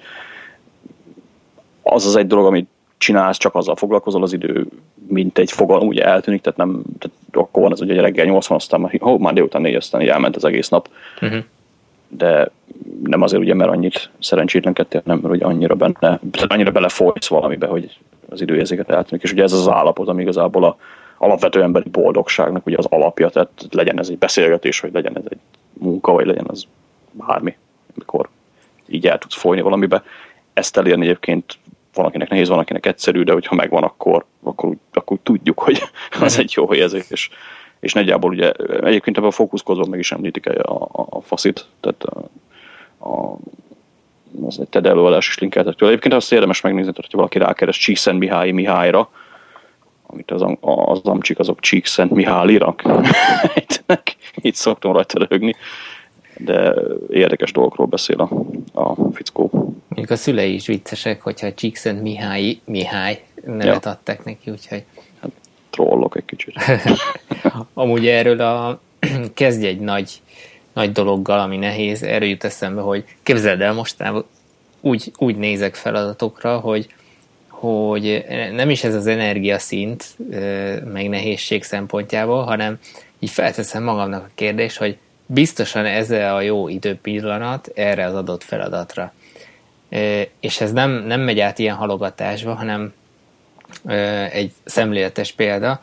az az egy dolog, amit csinálsz, csak azzal foglalkozol, az idő mint egy fogalom, ugye eltűnik, tehát nem, tehát akkor van ez, ugye reggel nyolcvan, aztán már, oh, már délután négy, aztán így elment az egész nap. Uh-huh. De nem azért ugye, mert annyit szerencsétlenkedtél, nem, mert ugye annyira benne, annyira belefolysz valamibe, hogy az időérzéket eltűnik. És ugye ez az állapot, ami igazából a alapvető emberi boldogságnak ugye az alapja, tehát legyen ez egy beszélgetés, vagy legyen ez egy munka, vagy legyen az bármi, amikor így el tudsz folyni valamibe. Ezt elérni egyébként valakinek nehéz, valakinek egyszerű, de hogyha megvan, akkor, akkor, úgy, akkor úgy tudjuk, hogy az egy jó érzés, és, és nagyjából ugye egyébként ebben a fókuszkozón meg is említik a, a, a faszit, tehát a, a, az egy TED előadás is linkeltek tőle. Egyébként azt érdemes megnézni, hogyha valaki rákeres Csíkszent Mihály Mihályra, amit az, az amcsik azok Csíkszent Mihálira így szoktam rajta röhögni, de érdekes dolgokról beszél a, a fickó. Mondjuk a szülei is viccesek, hogyha Csíkszent Mihály, Mihály nevet ja. adták neki, úgyhogy... Hát trollok egy kicsit. Amúgy erről a kezdj egy nagy, nagy dologgal, ami nehéz, erről jut eszembe, hogy képzeld el, mostában úgy, úgy nézek feladatokra, hogy, hogy nem is ez az energiaszint, meg nehézség szempontjából, hanem így felteszem magamnak a kérdést, hogy biztosan ez a jó időpillanat erre az adott feladatra. És ez nem, nem megy át ilyen halogatásba, hanem egy szemléletes példa.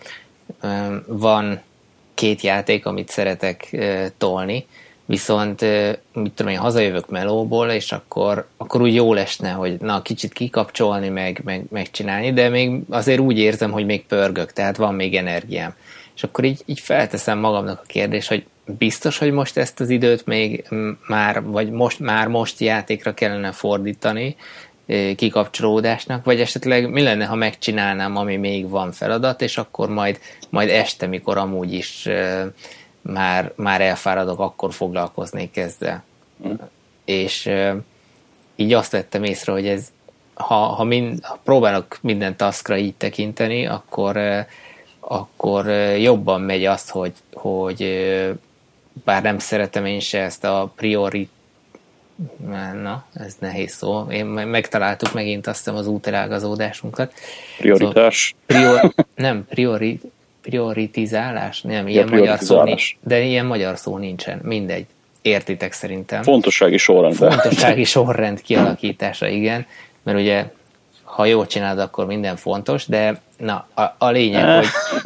Van két játék, amit szeretek tolni, viszont mit tudom én, hazajövök melóból, és akkor, akkor úgy jól esne, hogy na, kicsit kikapcsolni, meg, meg, megcsinálni, de még azért úgy érzem, hogy még pörgök, tehát van még energiám. És akkor így, így felteszem magamnak a kérdést, hogy biztos, hogy most ezt az időt még már, vagy most, már most játékra kellene fordítani kikapcsolódásnak, vagy esetleg mi lenne, ha megcsinálnám, ami még van feladat, és akkor majd, majd este, mikor amúgy is uh, már, már elfáradok, akkor foglalkoznék ezzel. Mm. És uh, így azt vettem észre, hogy ez, ha, ha, mind, ha próbálok minden taskra így tekinteni, akkor uh, akkor jobban megy azt, hogy, hogy bár nem szeretem én se ezt a priori na, ez nehéz szó. Én megtaláltuk megint azt hiszem az útelágazódásunkat. Prioritás? Szóval prior, nem, priori, prioritizálás? Nem, ilyen ja, magyar szó nincs. De ilyen magyar szó nincsen. Mindegy. Értitek szerintem. Fontossági sorrend. Fontossági sorrend kialakítása, igen. Mert ugye, ha jól csinálod, akkor minden fontos, de na, a, a lényeg, hogy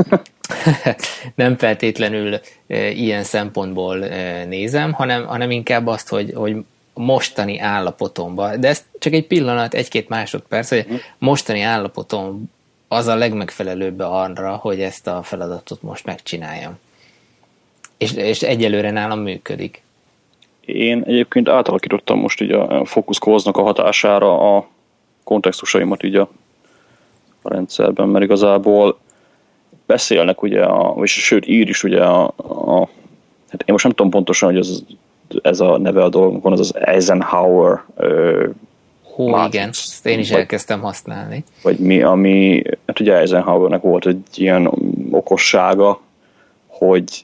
nem feltétlenül e, ilyen szempontból e, nézem, hanem, hanem inkább azt, hogy, hogy mostani állapotomban, de ez csak egy pillanat, egy-két másodperc, hogy mostani állapotom az a legmegfelelőbb arra, hogy ezt a feladatot most megcsináljam. És, és egyelőre nálam működik. Én egyébként átalakítottam most így a Focus Calls-nak a hatására a kontextusaimat így a, a rendszerben, mert igazából beszélnek ugye, a, és sőt ír is ugye a, a hát én most nem tudom pontosan, hogy ez, ez a neve a dolgunkon, az az Eisenhower ö, Hú, Matrix, igen, ezt én is vagy, elkezdtem használni. Vagy mi, ami, hát ugye Eisenhowernek volt egy ilyen okossága, hogy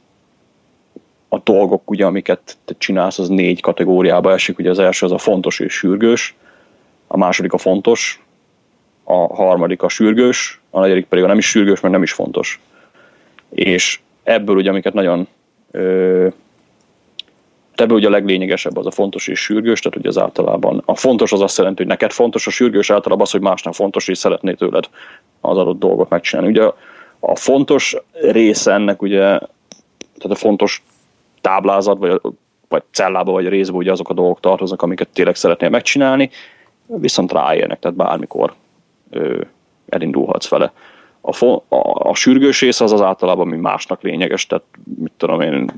a dolgok, ugye, amiket te csinálsz, az négy kategóriába esik. Ugye az első az a fontos és sürgős, a második a fontos, a harmadik a sürgős, a negyedik pedig a nem is sürgős, mert nem is fontos. És ebből ugye, amiket nagyon ö, ebből ugye a leglényegesebb az a fontos és sürgős, tehát ugye az általában a fontos az azt jelenti, hogy neked fontos, a sürgős általában az, hogy másnak fontos, és szeretné tőled az adott dolgot megcsinálni. Ugye a fontos része ennek ugye, tehát a fontos táblázat, vagy, vagy cellába, vagy a részbe ugye azok a dolgok tartoznak, amiket tényleg szeretnél megcsinálni, viszont ráérnek, tehát bármikor ö, elindulhatsz vele. A, fo- a, a sürgős része az az általában, ami másnak lényeges, tehát mit tudom én,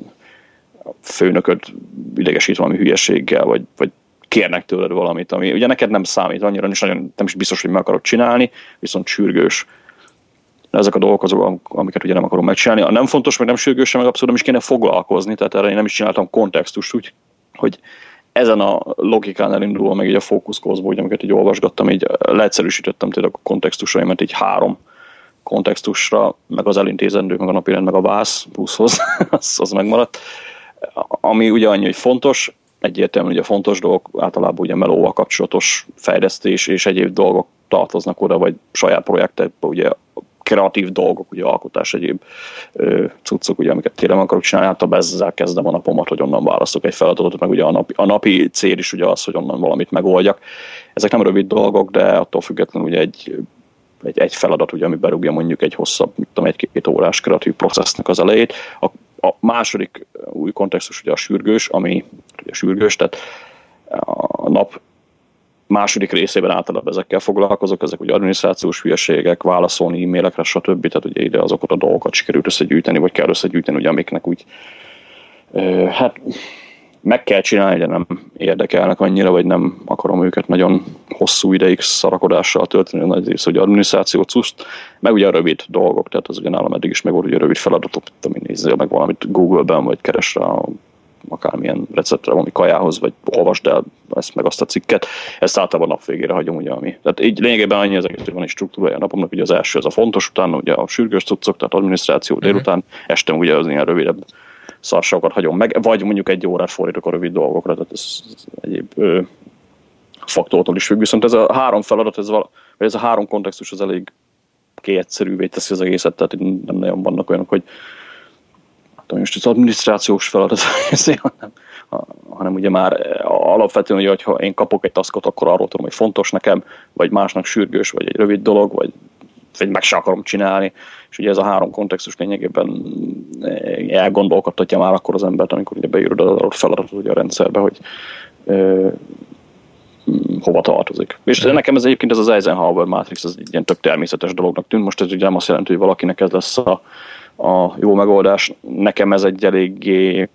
főnököd idegesít valami hülyeséggel, vagy, vagy kérnek tőled valamit, ami ugye neked nem számít annyira, és nagyon, nem is biztos, hogy meg akarod csinálni, viszont sürgős. Ezek a dolgok azok, amiket ugye nem akarom megcsinálni. A nem fontos, meg nem sürgős, meg abszolút nem is kéne foglalkozni, tehát erre én nem is csináltam kontextust, úgy, hogy ezen a logikán elindulva, meg így a Focus Calls-ból, amiket így olvasgattam, így leegyszerűsítettem tényleg a kontextusaimat így három kontextusra, meg az elintézendők, meg a napirend, meg a vász pluszhoz, az, az megmaradt. Ami ugye annyi, hogy fontos, egyértelműen ugye fontos dolgok, általában ugye melóval kapcsolatos fejlesztés és egyéb dolgok tartoznak oda, vagy saját projektekben ugye kreatív dolgok, ugye alkotás, egyéb ö, cuccok, ugye, amiket tényleg akarok csinálni, hát ezzel kezdem a napomat, hogy onnan választok egy feladatot, meg ugye a napi, a napi cél is ugye az, hogy onnan valamit megoldjak. Ezek nem rövid dolgok, de attól függetlenül ugye egy, egy, egy feladat, ugye, ami berúgja mondjuk egy hosszabb, mit tudom, egy-két órás kreatív processznek az elejét. A, a második új kontextus ugye a sürgős, ami ugye sürgős, tehát a nap második részében általában ezekkel foglalkozok, ezek ugye adminisztrációs hülyeségek, válaszolni e-mailekre, stb. Tehát ugye ide azokat a dolgokat sikerült összegyűjteni, vagy kell összegyűjteni, ugye, amiknek úgy ö, hát meg kell csinálni, de nem érdekelnek annyira, vagy nem akarom őket nagyon hosszú ideig szarakodással tölteni, nagy rész, hogy adminisztráció cuszt, meg ugye a rövid dolgok, tehát az ugye nálam eddig is meg volt, hogy a rövid feladatok, amit nézzél meg valamit Google-ben, vagy keres rá akármilyen receptre, valami kajához, vagy olvasd el ezt meg azt a cikket. Ezt általában nap végére hagyom, ugye, ami. Tehát így lényegében annyi, ezeket, hogy van egy struktúrája a napomnak, ugye az első az a fontos, utána ugye a sürgős cuccok, tehát adminisztráció délután, este ugye az ilyen rövidebb szarságokat hagyom meg, vagy mondjuk egy órát fordítok a rövid dolgokra, tehát ez egyéb ö, faktortól is függ. Viszont ez a három feladat, ez, vala, vagy ez a három kontextus az elég kiegyszerűvé teszi az egészet, tehát nem nagyon vannak olyanok, hogy most az adminisztrációs feladat, hanem, hanem ugye már alapvetően, hogy ha én kapok egy taskot, akkor arról tudom, hogy fontos nekem, vagy másnak sürgős, vagy egy rövid dolog, vagy, vagy meg se akarom csinálni. És ugye ez a három kontextus lényegében elgondolkodtatja már akkor az embert, amikor ugye beírod az adott feladatot ugye a rendszerbe, hogy ö, hova tartozik. És mm. nekem ez egyébként ez az Eisenhower Matrix, ez egy ilyen tök természetes dolognak tűnt. Most ez ugye nem azt jelenti, hogy valakinek ez lesz a a jó megoldás. Nekem ez egy eléggé,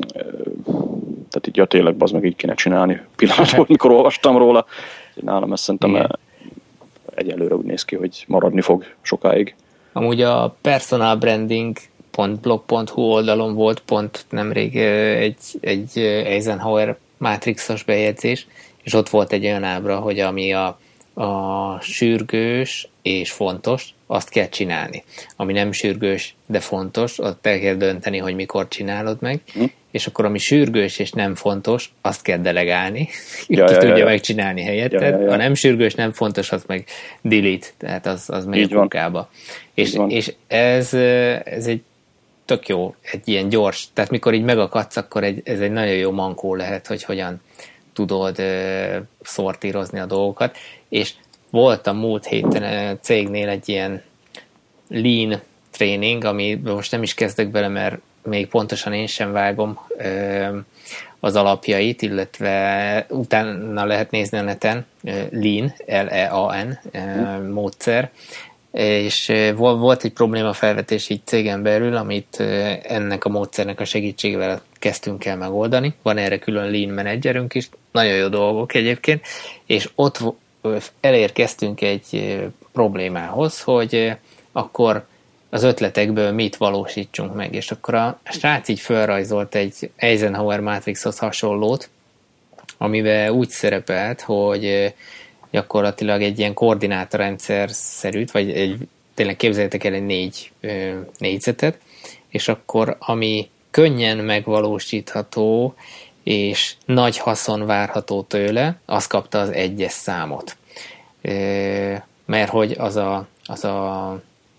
tehát így ja, tényleg az meg így kéne csinálni pillanatban, mikor olvastam róla. Nálam ezt szerintem egyelőre úgy néz ki, hogy maradni fog sokáig. Amúgy a personal branding pont blog pont hu oldalon volt pont nemrég egy, egy Eisenhower Matrixos bejegyzés, és ott volt egy olyan ábra, hogy ami a, a sürgős és fontos, azt kell csinálni. Ami nem sürgős, de fontos, ott el kell dönteni, hogy mikor csinálod meg, hm. és akkor ami sürgős és nem fontos, azt kell delegálni, ja, ki ja, tudja ja, megcsinálni helyetted. Ja, ja, ja. Ha nem sürgős, nem fontos, az meg delete, tehát az, az megy a munkába. És, és ez, ez egy tök jó, egy ilyen gyors, tehát mikor így megakadsz, akkor egy, ez egy nagyon jó mankó lehet, hogy hogyan tudod uh, szortírozni a dolgokat, és volt a múlt héten a cégnél egy ilyen lean tréning, ami most nem is kezdek bele, mert még pontosan én sem vágom uh, az alapjait, illetve utána lehet nézni a neten, uh, lean, L E A N uh, módszer, és volt egy probléma felvetés így cégen belül, amit ennek a módszernek a segítségével kezdtünk el megoldani. Van erre külön lean menedzserünk is, nagyon jó dolgok egyébként, és ott elérkeztünk egy problémához, hogy akkor az ötletekből mit valósítsunk meg, és akkor a srác így felrajzolt egy Eisenhower Matrixhoz hasonlót, amivel úgy szerepelt, hogy gyakorlatilag egy ilyen koordinátorrendszer szerűt, vagy egy, tényleg képzeljétek el egy négy ö, négyzetet, és akkor ami könnyen megvalósítható, és nagy haszon várható tőle, az kapta az egyes számot. Ö, mert hogy az a, az a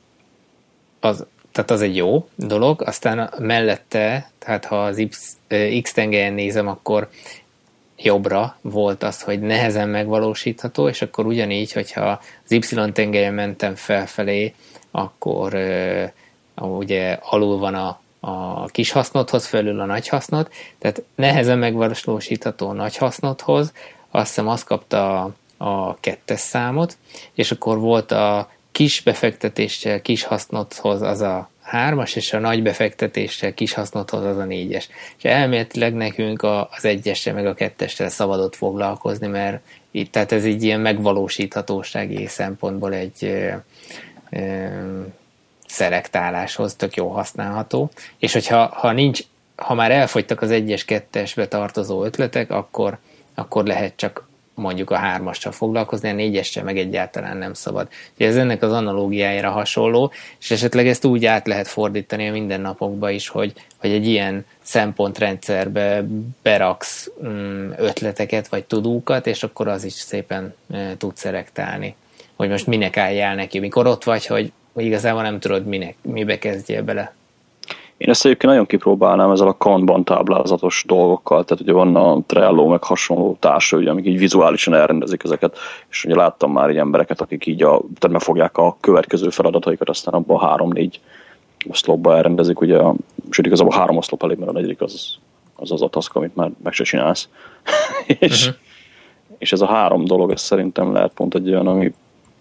az, tehát az egy jó dolog, aztán mellette, tehát ha az X, X tengelyen nézem, akkor jobbra volt az, hogy nehezen megvalósítható, és akkor ugyanígy, hogyha az Y tengelyen mentem felfelé, akkor uh, ugye alul van a, a kis hasznothoz, felül a nagy hasznot, tehát nehezen megvalósítható nagy hasznothoz, azt hiszem azt kapta a, a kettes számot, és akkor volt a kis befektetéssel kis hasznothoz az a hármas, és a nagy befektetéssel kis hasznothoz az a négyes. És elméletileg nekünk az egyessel meg a kettessel szabadott foglalkozni, mert itt, tehát ez így ilyen megvalósíthatósági szempontból egy ö, ö, szelektáláshoz tök jó használható. És hogyha ha nincs, ha már elfogytak az egyes, kettesbe tartozó ötletek, akkor, akkor lehet csak mondjuk a hármassal foglalkozni, a négyessel meg egyáltalán nem szabad. Ugye ez ennek az analógiájára hasonló, és esetleg ezt úgy át lehet fordítani a mindennapokba is, hogy, hogy egy ilyen szempontrendszerbe beraksz ötleteket, vagy tudókat, és akkor az is szépen tud szelektálni, hogy most minek álljál neki, mikor ott vagy, hogy, hogy igazából nem tudod, minek, mibe kezdjél bele. Én ezt egyébként nagyon kipróbálnám ezzel a Kanban táblázatos dolgokkal, tehát ugye van a Trello meg hasonló társa, ugye, amik így vizuálisan elrendezik ezeket, és ugye láttam már így embereket, akik így a, tehát megfogják a következő feladataikat, aztán abban a három-négy oszlopba elrendezik, ugye, a, sőt igazából három oszlop elég, mert a negyedik az az, az a task, amit már meg se csinálsz. és, uh-huh. és ez a három dolog, ez szerintem lehet pont egy olyan, ami,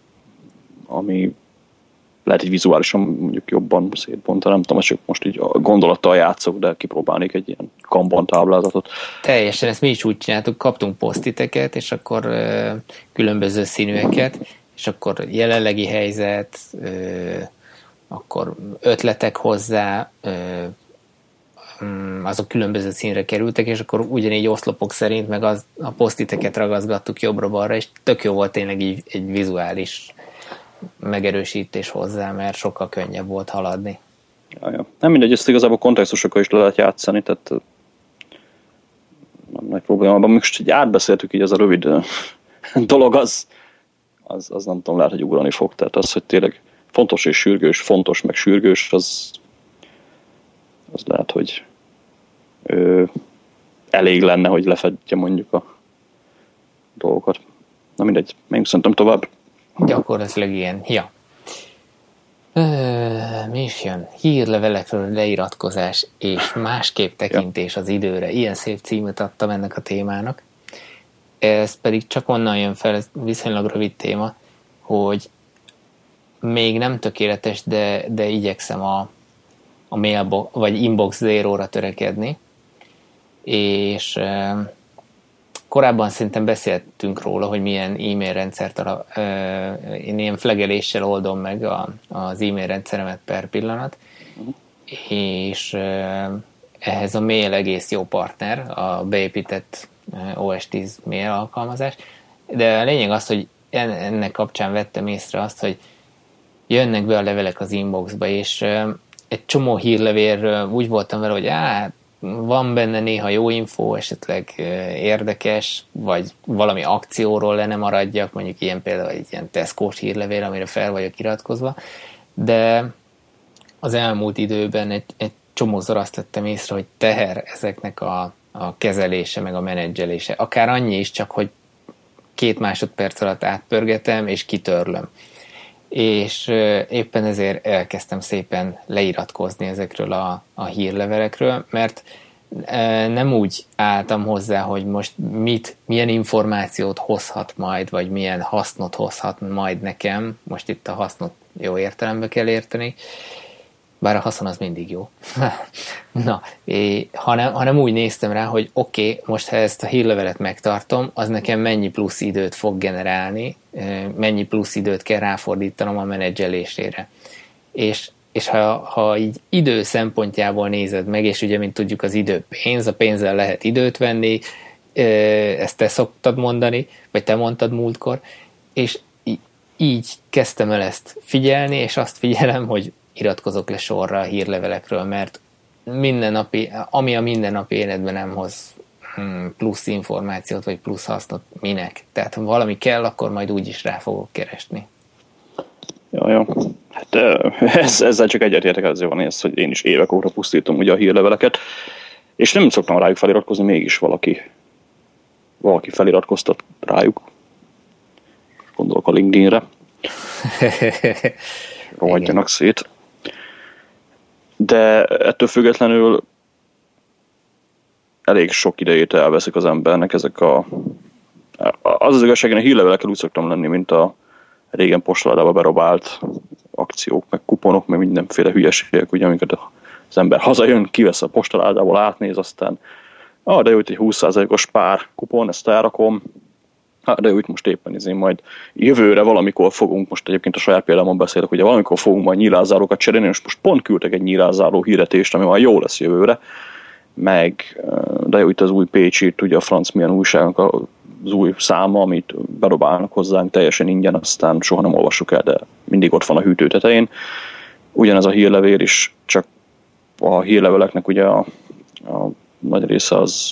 ami lehet így vizuálisan mondjuk jobban szétbontani, nem tudom, csak most így a gondolattal játszok, de kipróbálnék egy ilyen Kanban táblázatot. Teljesen, ezt mi is úgy csináltuk, kaptunk posztiteket, és akkor ö, különböző színűeket, és akkor jelenlegi helyzet, ö, akkor ötletek hozzá, ö, azok különböző színre kerültek, és akkor ugyanígy oszlopok szerint meg az, a posztiteket ragaszgattuk jobbra-balra, és tök jó volt tényleg így egy vizuális megerősítés hozzá, mert sokkal könnyebb volt haladni. Ja, ja. Nem mindegy, ezt igazából kontextusokkal is le lehet játszani, tehát nem nagy problémában. Most így átbeszéltük, így ez a rövid dolog, az, az, az nem tudom, lehet, hogy ugrani fog. Tehát az, hogy tényleg fontos és sürgős, fontos meg sürgős, az, az lehet, hogy ö, elég lenne, hogy lefedje mondjuk a dolgokat. Na mindegy, még szerintem tovább. Gyakorlatilag ilyen. Ja. Ö, mi is jön? Hírlevelekről leiratkozás és másképp tekintés az időre. Ilyen szép címet adtam ennek a témának. Ez pedig csak onnan jön fel, ez viszonylag rövid téma, hogy még nem tökéletes, de, de igyekszem a, a mailbox, vagy inbox zero-ra törekedni. És korábban szerintem beszéltünk róla, hogy milyen e-mail rendszert alap, én ilyen flageléssel oldom meg a, az e-mail rendszeremet per pillanat, uh-huh. és ehhez a mail egész jó partner, a beépített o es tíz mail alkalmazás, de a lényeg az, hogy ennek kapcsán vettem észre azt, hogy jönnek be a levelek az inboxba, és egy csomó hírlevélről úgy voltam vele, hogy á, van benne néha jó infó, esetleg érdekes, vagy valami akcióról le nem maradjak, mondjuk ilyen például egy ilyen Tesco-s hírlevél, amire fel vagyok iratkozva, de az elmúlt időben egy, egy csomószor azt vettem észre, hogy teher ezeknek a, a kezelése, meg a menedzselése. Akár annyi is, csak hogy két másodperc alatt átpörgetem, és kitörlöm. És éppen ezért elkezdtem szépen leiratkozni ezekről a, a hírlevelekről, mert nem úgy álltam hozzá, hogy most mit, milyen információt hozhat majd, vagy milyen hasznot hozhat majd nekem, most itt a hasznot jó értelembe kell érteni, bár a haszon az mindig jó. Na, é, hanem, hanem úgy néztem rá, hogy oké, okay, most ha ezt a hírlevelet megtartom, az nekem mennyi plusz időt fog generálni, mennyi plusz időt kell ráfordítanom a menedzselésére. És, és ha, ha így idő szempontjából nézed meg, és ugye, mint tudjuk, az idő pénz, a pénzzel lehet időt venni, ezt te szoktad mondani, vagy te mondtad múltkor, és így kezdtem el ezt figyelni, és azt figyelem, hogy iratkozok le sorra a hírlevelekről, mert mindennapi, ami a mindennapi életben nem hoz plusz információt, vagy plusz hasznot, minek. Tehát ha valami kell, akkor majd úgyis rá fogok keresni. Jó, jó. Hát ez, ezzel csak egyetértek, azért van ez, hogy én is évek óta pusztítom ugye a hírleveleket, és nem szoktam rájuk feliratkozni, mégis valaki valaki feliratkoztat rájuk. Gondolok a LinkedInre. Rohadjanak szét. De ettől függetlenül elég sok idejét elveszik az embernek ezek a... Az az igazság, én a hírlevelekkel úgy szoktam lenni, mint a régen postaládába berobált akciók, meg kuponok, meg mindenféle hülyeségek, ugye, amiket az ember hazajön, kivesz a postaládából, átnéz, aztán ah, de jó, itt egy húsz százalékos pár kupon, ezt elrakom, ah, de jó, itt most éppen izén majd jövőre valamikor fogunk, most egyébként a saját példámon beszélek, ugye valamikor fogunk majd nyílászárókat cserélni, és most pont küldtek egy nyílászáró hirdetést, ami majd jó lesz jövőre, meg, de jó, itt az új Pécsi, ugye a franc milyen újságnak az új száma, amit bedobálnak hozzánk teljesen ingyen, aztán soha nem olvassuk el, de mindig ott van a hűtő tetején. Ugyanez a hírlevél is, csak a hírleveleknek ugye a, a nagy része az,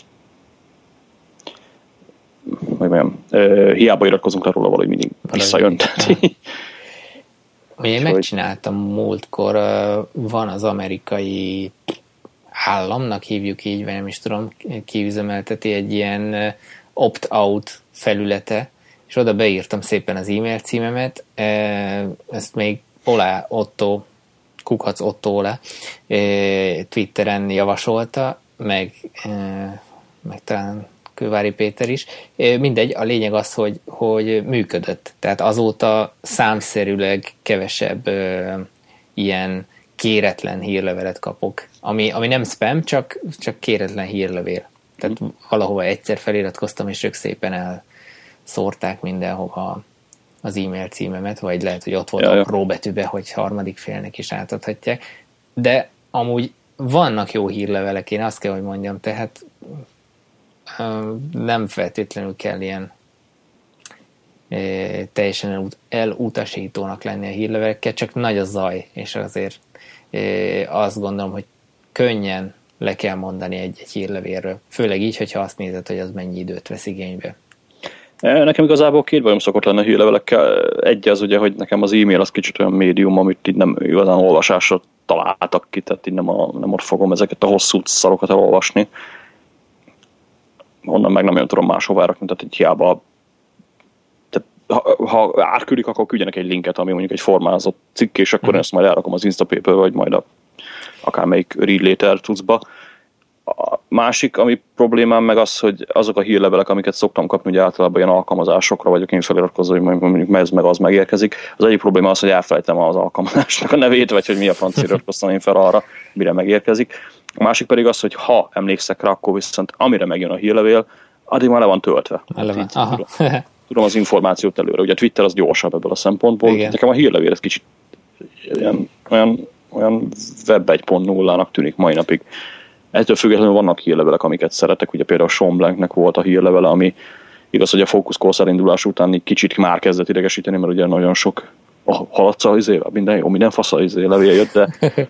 hogy mondjam, e, hiába iratkozunk rá róla, valahogy mindig visszajön. Én megcsináltam múltkor, van az amerikai államnak hívjuk így, vagy nem is tudom, kiüzemelteti egy ilyen opt-out felülete, és oda beírtam szépen az e-mail címemet, ezt még Olá Otto, Kukac Otto Olá Twitteren javasolta, meg, meg talán Kővári Péter is. Mindegy, a lényeg az, hogy, hogy működött. Tehát azóta számszerűleg kevesebb ilyen kéretlen hírlevelet kapok, ami, ami nem spam, csak, csak kéretlen hírlevél. Tehát mm. valahova egyszer feliratkoztam, és ők szépen elszórták mindenhova az e-mail címemet, vagy lehet, hogy ott volt ja, apró ja. betűbe, hogy harmadik félnek is átadhatják. De amúgy vannak jó hírlevelek, én azt kell, hogy mondjam, tehát nem feltétlenül kell ilyen teljesen elutasítónak lenni a hírlevelekkel, csak nagy a zaj, és azért azt gondolom, hogy könnyen le kell mondani egy-egy hírlevélről. Főleg így, hogyha azt nézed, hogy az mennyi időt vesz igénybe. Nekem igazából két bajom szokott lenni a hírlevelekkel. Egy az ugye, hogy nekem az e-mail az kicsit olyan médium, amit így nem igazán olvasásra találtak ki, tehát így nem, a, nem ott fogom ezeket a hosszú szarokat elolvasni. Onnan meg nem olyan tudom máshova rakni, tehát így hiába tehát, ha, ha átküldik, akkor küldjenek egy linket, ami mondjuk egy formázott cikk, és akkor mm. ezt majd elrakom az Instapaper, vagy majd a akármelyik read later cuccba. A másik, ami problémám meg az, hogy azok a hírlevelek, amiket szoktam kapni, ugye általában ilyen alkalmazásokra vagyok én feliratkozó, hogy mondjuk ez meg az megérkezik. Az egyik probléma az, hogy elfelejtem az alkalmazásnak a nevét, vagy hogy mi a francia iratkoztam én fel arra, mire megérkezik. A másik pedig az, hogy ha emlékszek rá, akkor viszont amire megjön a hírlevél, addig már le van töltve. Így, tudom, tudom az információt előre. Ugye a Twitter az gyorsabb ebből a szempontból. Igen. Nekem a hírlevél ez kicsit olyan, olyan, olyan web egy pont nullának tűnik mai napig. Ettől függetlenül vannak hírlevelek, amiket szeretek. Ugye például a Sean Blanknek volt a hírlevele, ami igaz, hogy a Focus Course elindulás után kicsit már kezdett idegesíteni, mert ugye nagyon sok oh, haladsz a izével, minden jó, minden fasz a izé levél jött, de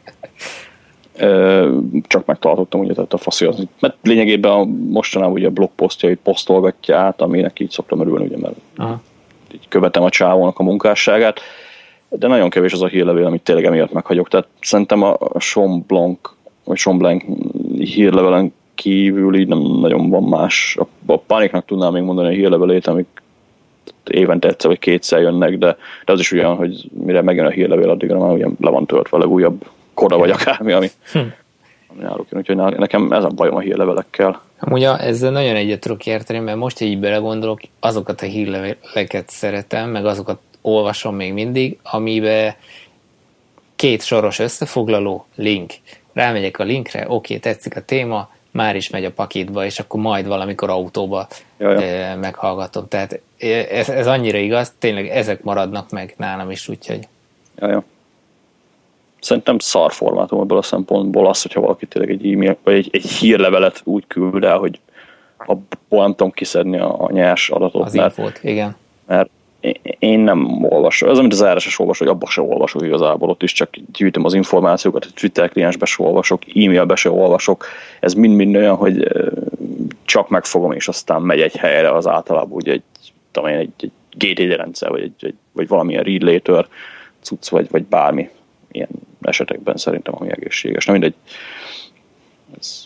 ö, csak megtartottam, ugye, tehát a faszi az, mert lényegében a, mostanában ugye a blogposztjait posztolgatja át, aminek így szoktam örülni, ugye, mert aha. így követem a csávónak a munkásságát, de nagyon kevés az a hírlevél, amit tényleg emiatt meghagyok, tehát szerintem a Sean Blanc, vagy Sean Blanc hírlevelen kívül így nem nagyon van más. A, a Pániknak tudnám még mondani a hírlevelét, amik évente egyszer vagy kétszer jönnek, de, de az is olyan, hogy mire megjön a hírlevél, addigra már ugye le van töltve a legújabb Koda vagy akármi, ami, hm. ami náluk jön. Úgyhogy nekem ez a bajom a hírlevelekkel. Amúgy ezzel nagyon egyet tudok érteni, mert most így belegondolok, azokat a hírleveleket szeretem, meg azokat olvasom még mindig, amiben két soros összefoglaló, link. Rámegyek a linkre, oké, tetszik a téma, már is megy a pakitba, és akkor majd valamikor autóba Jaja. meghallgatom. Tehát ez, ez annyira igaz, tényleg ezek maradnak meg nálam is, úgyhogy... Jaja. Szerintem szar formátum ebből a szempontból az, hogyha valaki tényleg egy e-mail, vagy egy, egy hírlevelet úgy küld el, hogy abból nem tudom kiszedni a, a nyers adatot. Az mert, infót, igen. Mert én nem olvasom. Ez, amit az er es es olvasó, hogy abba se olvasok igazából, ott is csak gyűjtöm az információkat, a Twitter kliensbe se olvasok, e-mailbe se olvasok. Ez mind-mind olyan, hogy csak megfogom, és aztán megy egy helyre, az általában ugye egy, tudom én, egy, egy gé té dé rendszer, vagy, egy, egy, vagy valamilyen read later cucc, vagy, vagy bármi. Ilyen esetekben szerintem ami egészséges. Na mindegy. Ez...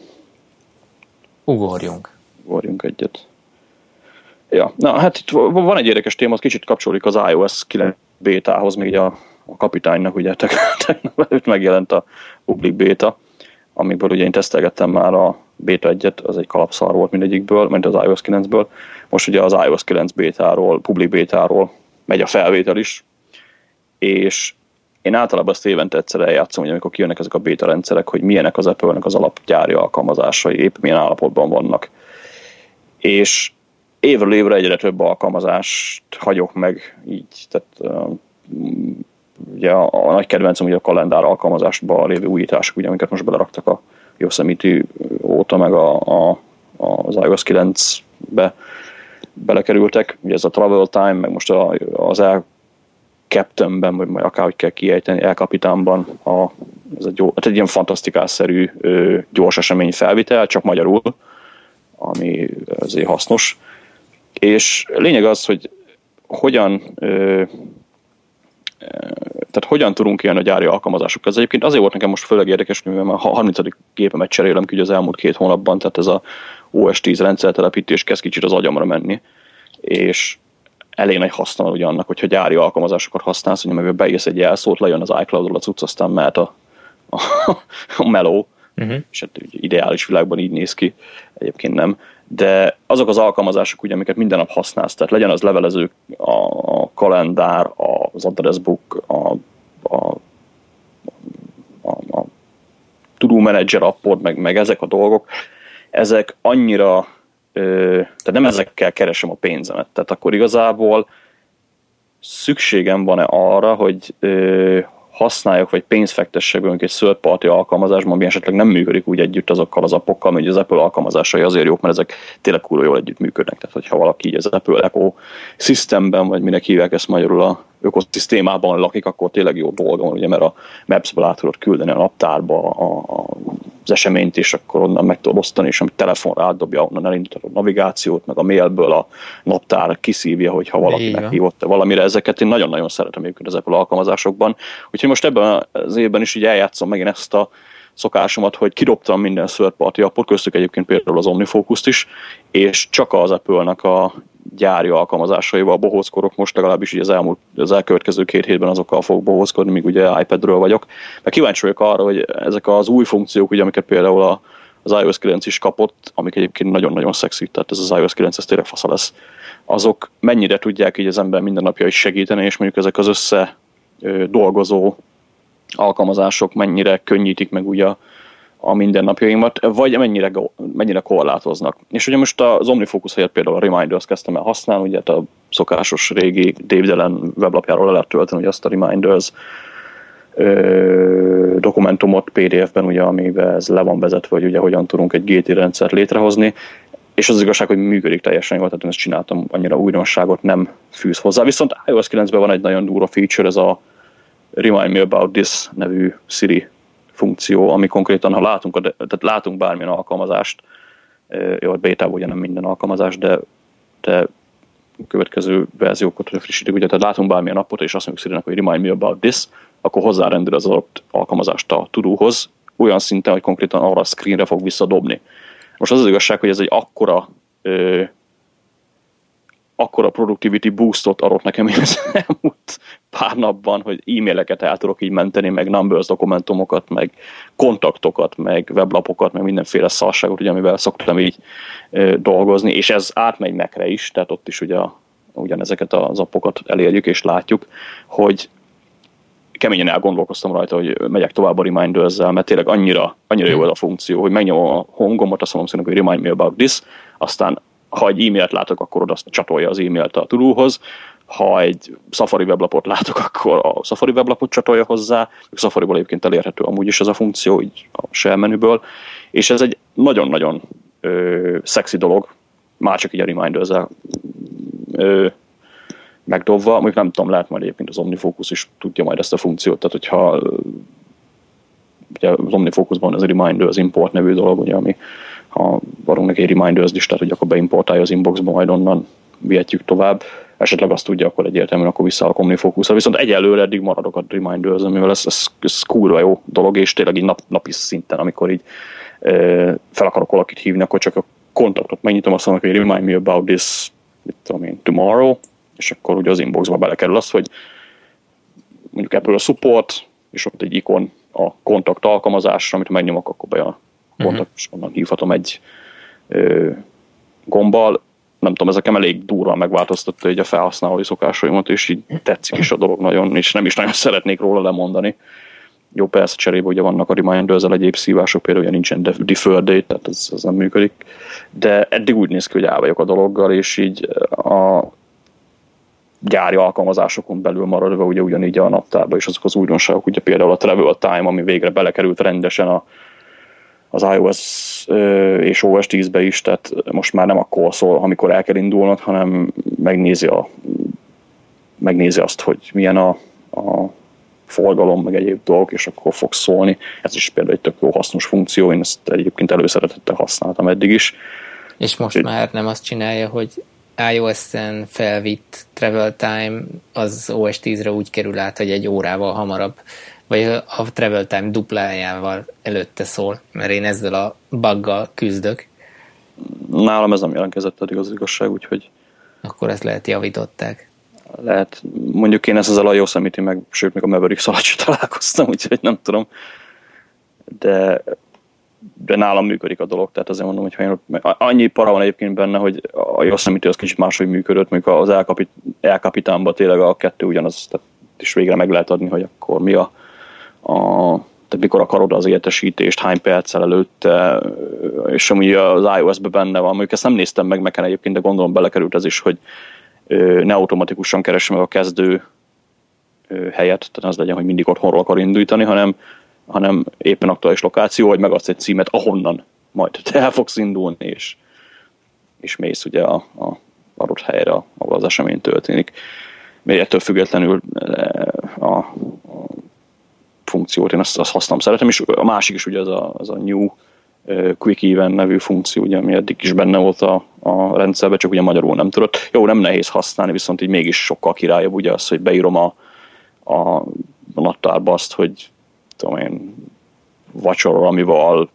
Ugorjunk. Ugorjunk egyet. Ja, na hát itt van egy érdekes téma, az kicsit kapcsolódik az iOS kilenc bétához, még így a, a kapitánynak ugye tegnap előtt megjelent a public béta, amikből ugye én tesztelgettem már a béta egyet, az egy kalapszar volt mindegyikből, mint az iOS kilencből. Most ugye az iOS kilenc bétáról, public bétáról megy a felvétel is, és én általában azt évente egyszer eljátszom, hogy amikor kijönnek ezek a béta rendszerek, hogy milyenek az Apple-nek az alapgyári alkalmazásai, épp milyen állapotban vannak. És évről évre egyre több alkalmazást hagyok meg így, tehát uh, ugye a, a nagy kedvencem ugye a kalendár alkalmazásban lévő újítások, ugye, amiket most beleraktak a Yosemite óta, meg a, a, az iOS kilencbe belekerültek, ugye ez a Travel Time, meg most a, az El Captainben, vagy majd akárhogy kell kiejteni, El Capitánban a, ez egy, jó, egy ilyen fantasztikásszerű ö, gyors esemény felvitel, csak magyarul, ami azért hasznos. És lényeg az, hogy hogyan ö, tehát hogyan tudunk ilyen a gyári alkalmazásokkal. Ez egyébként azért volt nekem most főleg érdekes, mivel már harmincadik gépemet cserélem ki az elmúlt két hónapban, tehát ez a o es tíz rendszertelepítés kezd kicsit az agyamra menni, és elég nagy haszna van ugye annak, hogyha gyári alkalmazásokat használsz, hogy meg beírsz egy jelszót, lejön az iCloud-ról a cucc, aztán mehet a, a, a meló, uh-huh. és hát ideális világban így néz ki, egyébként nem. De azok az alkalmazások, ugye, amiket minden nap használsz, tehát legyen az levelező, a, a kalendár, az addressbook, a, a, a, a to-do manager appod, meg, meg ezek a dolgok, ezek annyira, ö, tehát nem ezekkel keresem a pénzemet. Tehát akkor igazából szükségem van-e arra, hogy ö, használjak, vagy pénzt fektessek mondjuk egy third party alkalmazásban, ami esetleg nem működik úgy együtt azokkal az appokkal, mert az Apple alkalmazásai azért jók, mert ezek tényleg kurva jól együtt működnek. Tehát, hogyha valaki így az Apple Ecosystemben, vagy minek hívják ezt magyarul, a ökoszisztémában lakik, akkor tényleg jó dolga van, ugye, mert a Maps-ből át tudod küldeni a naptárba a, a, az eseményt, és akkor onnan meg tudod osztani, és amit telefonra átdobja, onnan elindítod a navigációt, meg a mailből a naptár kiszívja, hogyha valaki meghívott valamire. Ezeket én nagyon-nagyon szeretem egyébként az Apple alkalmazásokban. Úgyhogy most ebben az évben is így eljátszom megint ezt a szokásomat, hogy kidobtam minden third party appot, köztük egyébként például az OmniFocus-t is, és csak az Apple-nek a gyári alkalmazásaival bohózkodok most, legalábbis így az elmúlt, az elkövetkező két hétben azokkal fogok bohózkodni, míg ugye iPadről vagyok. Mert kíváncsi vagyok arra, hogy ezek az új funkciók, ugye, amiket például a, az iOS kilenc is kapott, amik egyébként nagyon-nagyon szexi, tehát ez az iOS kilenc, ez tényleg fasza lesz, azok mennyire tudják így az ember minden napja is segíteni, és mondjuk ezek az össze dolgozó alkalmazások mennyire könnyítik meg ugye a, a mindennapjaimat, vagy mennyire, mennyire korlátoznak. És ugye most az OmniFocus helyett például a Reminders kezdtem el használni, ugye a szokásos régi David Allen weblapjáról le lehet tölteni, hogy azt a Reminders ö, dokumentumot pé dé ef-ben, ugye, amiben ez le van vezetve, hogy ugye hogyan tudunk egy gé té rendszert létrehozni. és az, az igazság, hogy működik teljesen jól, tehát én ezt csináltam, annyira újdonságot nem fűz hozzá. Viszont iOS kilencben van egy nagyon durva feature, ez a Remind Me About This nevű Siri funkció, ami konkrétan, ha látunk, tehát látunk bármilyen alkalmazást, jó, a bétában ugye nem minden alkalmazás, de, de következő verziókat frissítik, ugye, tehát látunk bármilyen appot, és azt mondjuk Sirinek, hogy Remind Me About This, akkor hozzárendel az adott alkalmazást a to-dohoz, olyan szinten, hogy konkrétan arra a screenre fog visszadobni. Most az az igazság, hogy ez egy akkora ö, akkora productivity boostot adott nekem az elmúlt pár napban, hogy e-maileket el tudok így menteni, meg numbers dokumentumokat, meg kontaktokat, meg weblapokat, meg mindenféle szarságot, ugye, amivel szoktam így ö, dolgozni, és ez átmegy Macre is, tehát ott is ugye ugyanezeket az appokat elérjük és látjuk, hogy keményen elgondolkoztam rajta, hogy megyek tovább a Reminders-zel, mert tényleg annyira, annyira jó ez a funkció, hogy megnyomom a home gombot, azt mondom szerintem, hogy Remind Me About This, aztán ha egy e-mailt látok, akkor oda csatolja az e-mailt a to-dohoz, ha egy Safari weblapot látok, akkor a Safari weblapot csatolja hozzá, a Safariból egyébként elérhető amúgy is ez a funkció, így a share menüből, és ez egy nagyon-nagyon ö, szexi dolog, már csak így a Reminders-zel ö, megdobva, mondjuk nem tudom, lehet majd egyébként az OmniFocus is tudja majd ezt a funkciót, tehát hogyha ugye az OmniFocusban ez a Reminders import nevű dolog, ugye, ami ha varunk neki egy Reminders listát, hogy akkor beimportálja az inboxba, majd onnan vihetjük tovább, esetleg azt tudja, akkor egyértelműen akkor vissza a OmniFocusra, viszont egyelőre eddig maradok a Reminders, amivel ez, ez, ez kurva jó dolog, és tényleg így nap, napi szinten, amikor így e, fel akarok valakit hívni, akkor csak a kontaktot megnyitom, azt mondom, hogy remind me about this, mit tudom én, tomorrow, és akkor ugye az inboxba belekerül az, hogy mondjuk ebből a support, és ott egy ikon a kontakt alkalmazásra, amit megnyomok, akkor be a kontakt, és onnan hívhatom egy ö, gombbal. Nem tudom, ezeken elég durván megváltoztatta így a felhasználói szokásaimat, és így tetszik is a dolog nagyon, és nem is nagyon szeretnék róla lemondani. Jó, persze cserébe ugye vannak a Reminders-el egyéb szívások, például ugye nincsen deferred date, tehát ez, ez nem működik. De eddig úgy néz ki, hogy el vagyok a dologgal, és így a gyári alkalmazásokon belül maradva ugye ugyanígy a naptárban, és azok az újdonságok, ugye például a Travel Time, ami végre belekerült rendesen a, az iOS és o es tízbe is, tehát most már nem akkor szól, amikor el kell indulnod, hanem megnézi, a, megnézi azt, hogy milyen a, a forgalom, meg egyéb dolgok, és akkor fog szólni. Ez is például egy tök jó hasznos funkció, én ezt egyébként előszeretettel használtam eddig is. És most Úgy, már nem azt csinálja, hogy iOS-en felvitt Travel Time az o es tízre úgy kerül át, hogy egy órával hamarabb, vagy a Travel Time duplájával előtte szól, mert én ezzel a buggal küzdök. Nálam ez nem jelentkezett eddig az igazság, úgyhogy... Akkor ezt lehet javították. Lehet. Mondjuk én ezzel a Yosemite meg, sőt, még a Mavericks alatt sem találkoztam, úgyhogy nem tudom. De... de nálam működik a dolog, tehát azért mondom, hogy ha én, annyi para van egyébként benne, hogy a Yosemite az kicsit máshogy működött, mondjuk az El, Capit, El Capitánban tényleg a kettő ugyanaz, tehát is végre meg lehet adni, hogy akkor mi a, a tehát mikor akarod az értesítést, hány perccel előtte, és amúgy az iOS-ben benne van, mondjuk ezt nem néztem meg, meg egyébként, de gondolom belekerült ez is, hogy ne automatikusan keresem meg a kezdő helyet, tehát az legyen, hogy mindig otthonról akar indítani, hanem hanem éppen aktuális lokáció, hogy megadsz egy címet, ahonnan majd te el fogsz indulni, és, és mész ugye a, a adott helyre, ahol az esemény történik. Még ettől függetlenül a, a funkciót én azt, azt használom, szeretem, és a másik is ugye az a, az a New Quick Event nevű funkció, ugye, ami eddig is benne volt a, a rendszerben, csak ugye magyarul nem tudott. Jó, nem nehéz használni, viszont így mégis sokkal királyabb ugye az, hogy beírom a, a, a naptárba azt, hogy tudom én, vacsora, amivel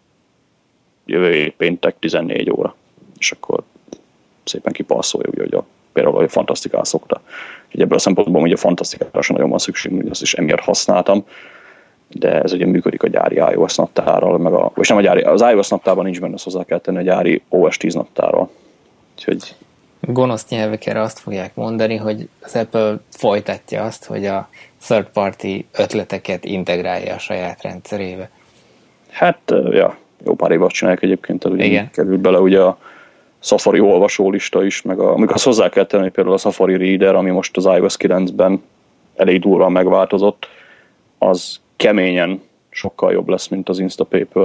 jövő péntek tizennégy óra, és akkor szépen kipasszolja, ugye, hogy a, például a fantasztikára szokta. Úgyhogy ebből a szempontból ugye a fantasztikára sem nagyon van szükség, hogy azt is emiatt használtam, de ez ugye működik a gyári iOS naptárral, meg a, és nem a gyári, az iOS naptárban nincs benne, hozzá kell tenni a gyári o es tíz naptárral. Úgyhogy... Gonosz nyelvek erre azt fogják mondani, hogy az Apple folytatja azt, hogy a third party ötleteket integrálja a saját rendszerébe. Hát, ja, jó pár évet csinálják egyébként, tehát ugye került bele ugye a Safari olvasólista is, meg a, amikor azt hozzá kell tenni, például a Safari Reader, ami most az iOS kilencben elég durván megváltozott, az keményen sokkal jobb lesz, mint az Instapaper.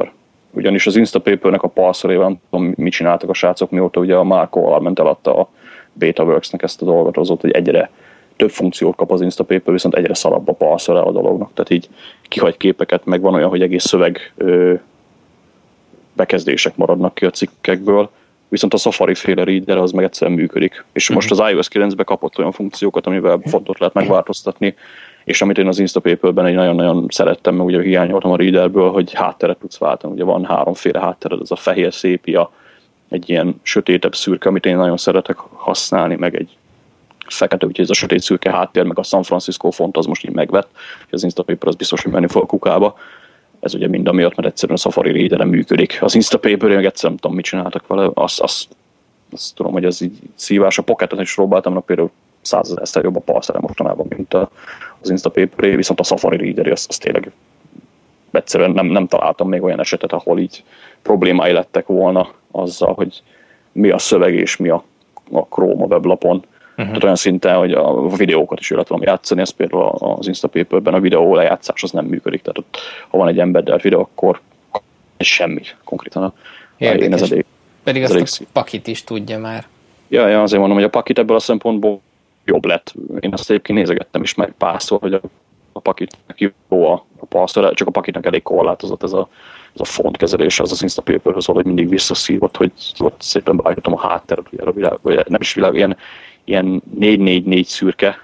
ugyanis az Instapapernek a parszerével, nem tudom, mit csináltak a srácok, mióta ugye a Marco Arment eladta a Betaworksnek ezt a dolgot, azóta, hogy egyre több funkciót kap az Instapaper, viszont egyre szarabb a parszere a dolognak. Tehát így kihagy képeket, meg van olyan, hogy egész szöveg ö, bekezdések maradnak ki a cikkekből, viszont a Safari féle reader az meg egyszerűen működik. És most az iOS kilencben kapott olyan funkciókat, amivel fontot lehet megváltoztatni, és amit én az Instapaperben egy nagyon-nagyon szerettem, mert ugye hiányoltam a readerből, hogy hátteret tudsz váltani. Ugye van háromféle háttered, ez a fehér szépia, egy ilyen sötétebb szürke, amit én nagyon szeretek használni, meg egy fekete, úgyhogy ez a sötét szürke háttér, meg a San Francisco font az most így megvett, az Instapaper az biztos, hogy menni fog a kukába. Ez ugye mind amiatt, mert egyszerűen a Safari readeren működik. Az Instapaper, én meg egyszerűen nem tudom, mit csináltak vele, azt, azt, azt tudom, hogy ez így szívás. A Pocketet is próbáltam, mert például százezerszer jobb a parszere mostanában, mint az Instapaper, viszont a Safari reader az, az tényleg egyszerűen nem, nem találtam még olyan esetet, ahol így problémái lettek volna azzal, hogy mi a szöveg és mi a, a Chrome a weblapon. Uh-huh. Tehát olyan szinten, hogy a videókat is el tudom játszani, ez például az Instapaperben a videó lejátszás az nem működik. Tehát ott, ha van egy embeddelt videó, akkor semmi konkrétan. Én ez elég, Pedig ez azt elég a Pakit is tudja már. Ja, ja, azért mondom, hogy a Pakit ebből a szempontból jobb lett. Én azt egyébként nézegettem is meg párszor, hogy a, a Pakitnek jó a, a parszere, csak a Pakitnak elég korlátozott ez a, ez a fontkezelés, az az Instapaperhöz valahogy mindig visszaszívott, hogy ott szépen beállítottam a hátteret, a világ, vagy nem is világ, ilyen, ilyen négy négy négy szürke,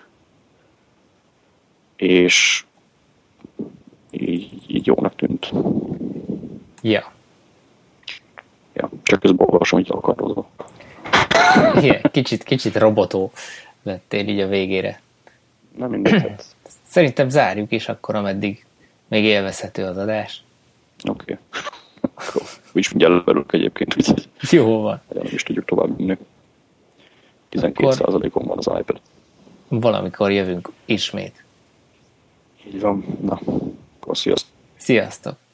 és így, így jónak tűnt. Ja. Ja, csak közben olvasom, hogy akarod. Igen, kicsit, kicsit robotó lettél így a végére. Nem mindegy. Szerintem zárjuk is akkor, ameddig még élvezhető az adás. Oké. Okay. Úgyis mindjárt leverülök egyébként. Jó van. Nem is tudjuk tovább menni. tizenkét százalékon van az iPad. Valamikor jövünk ismét. Így van. Na, akkor sziasztok. Sziasztok.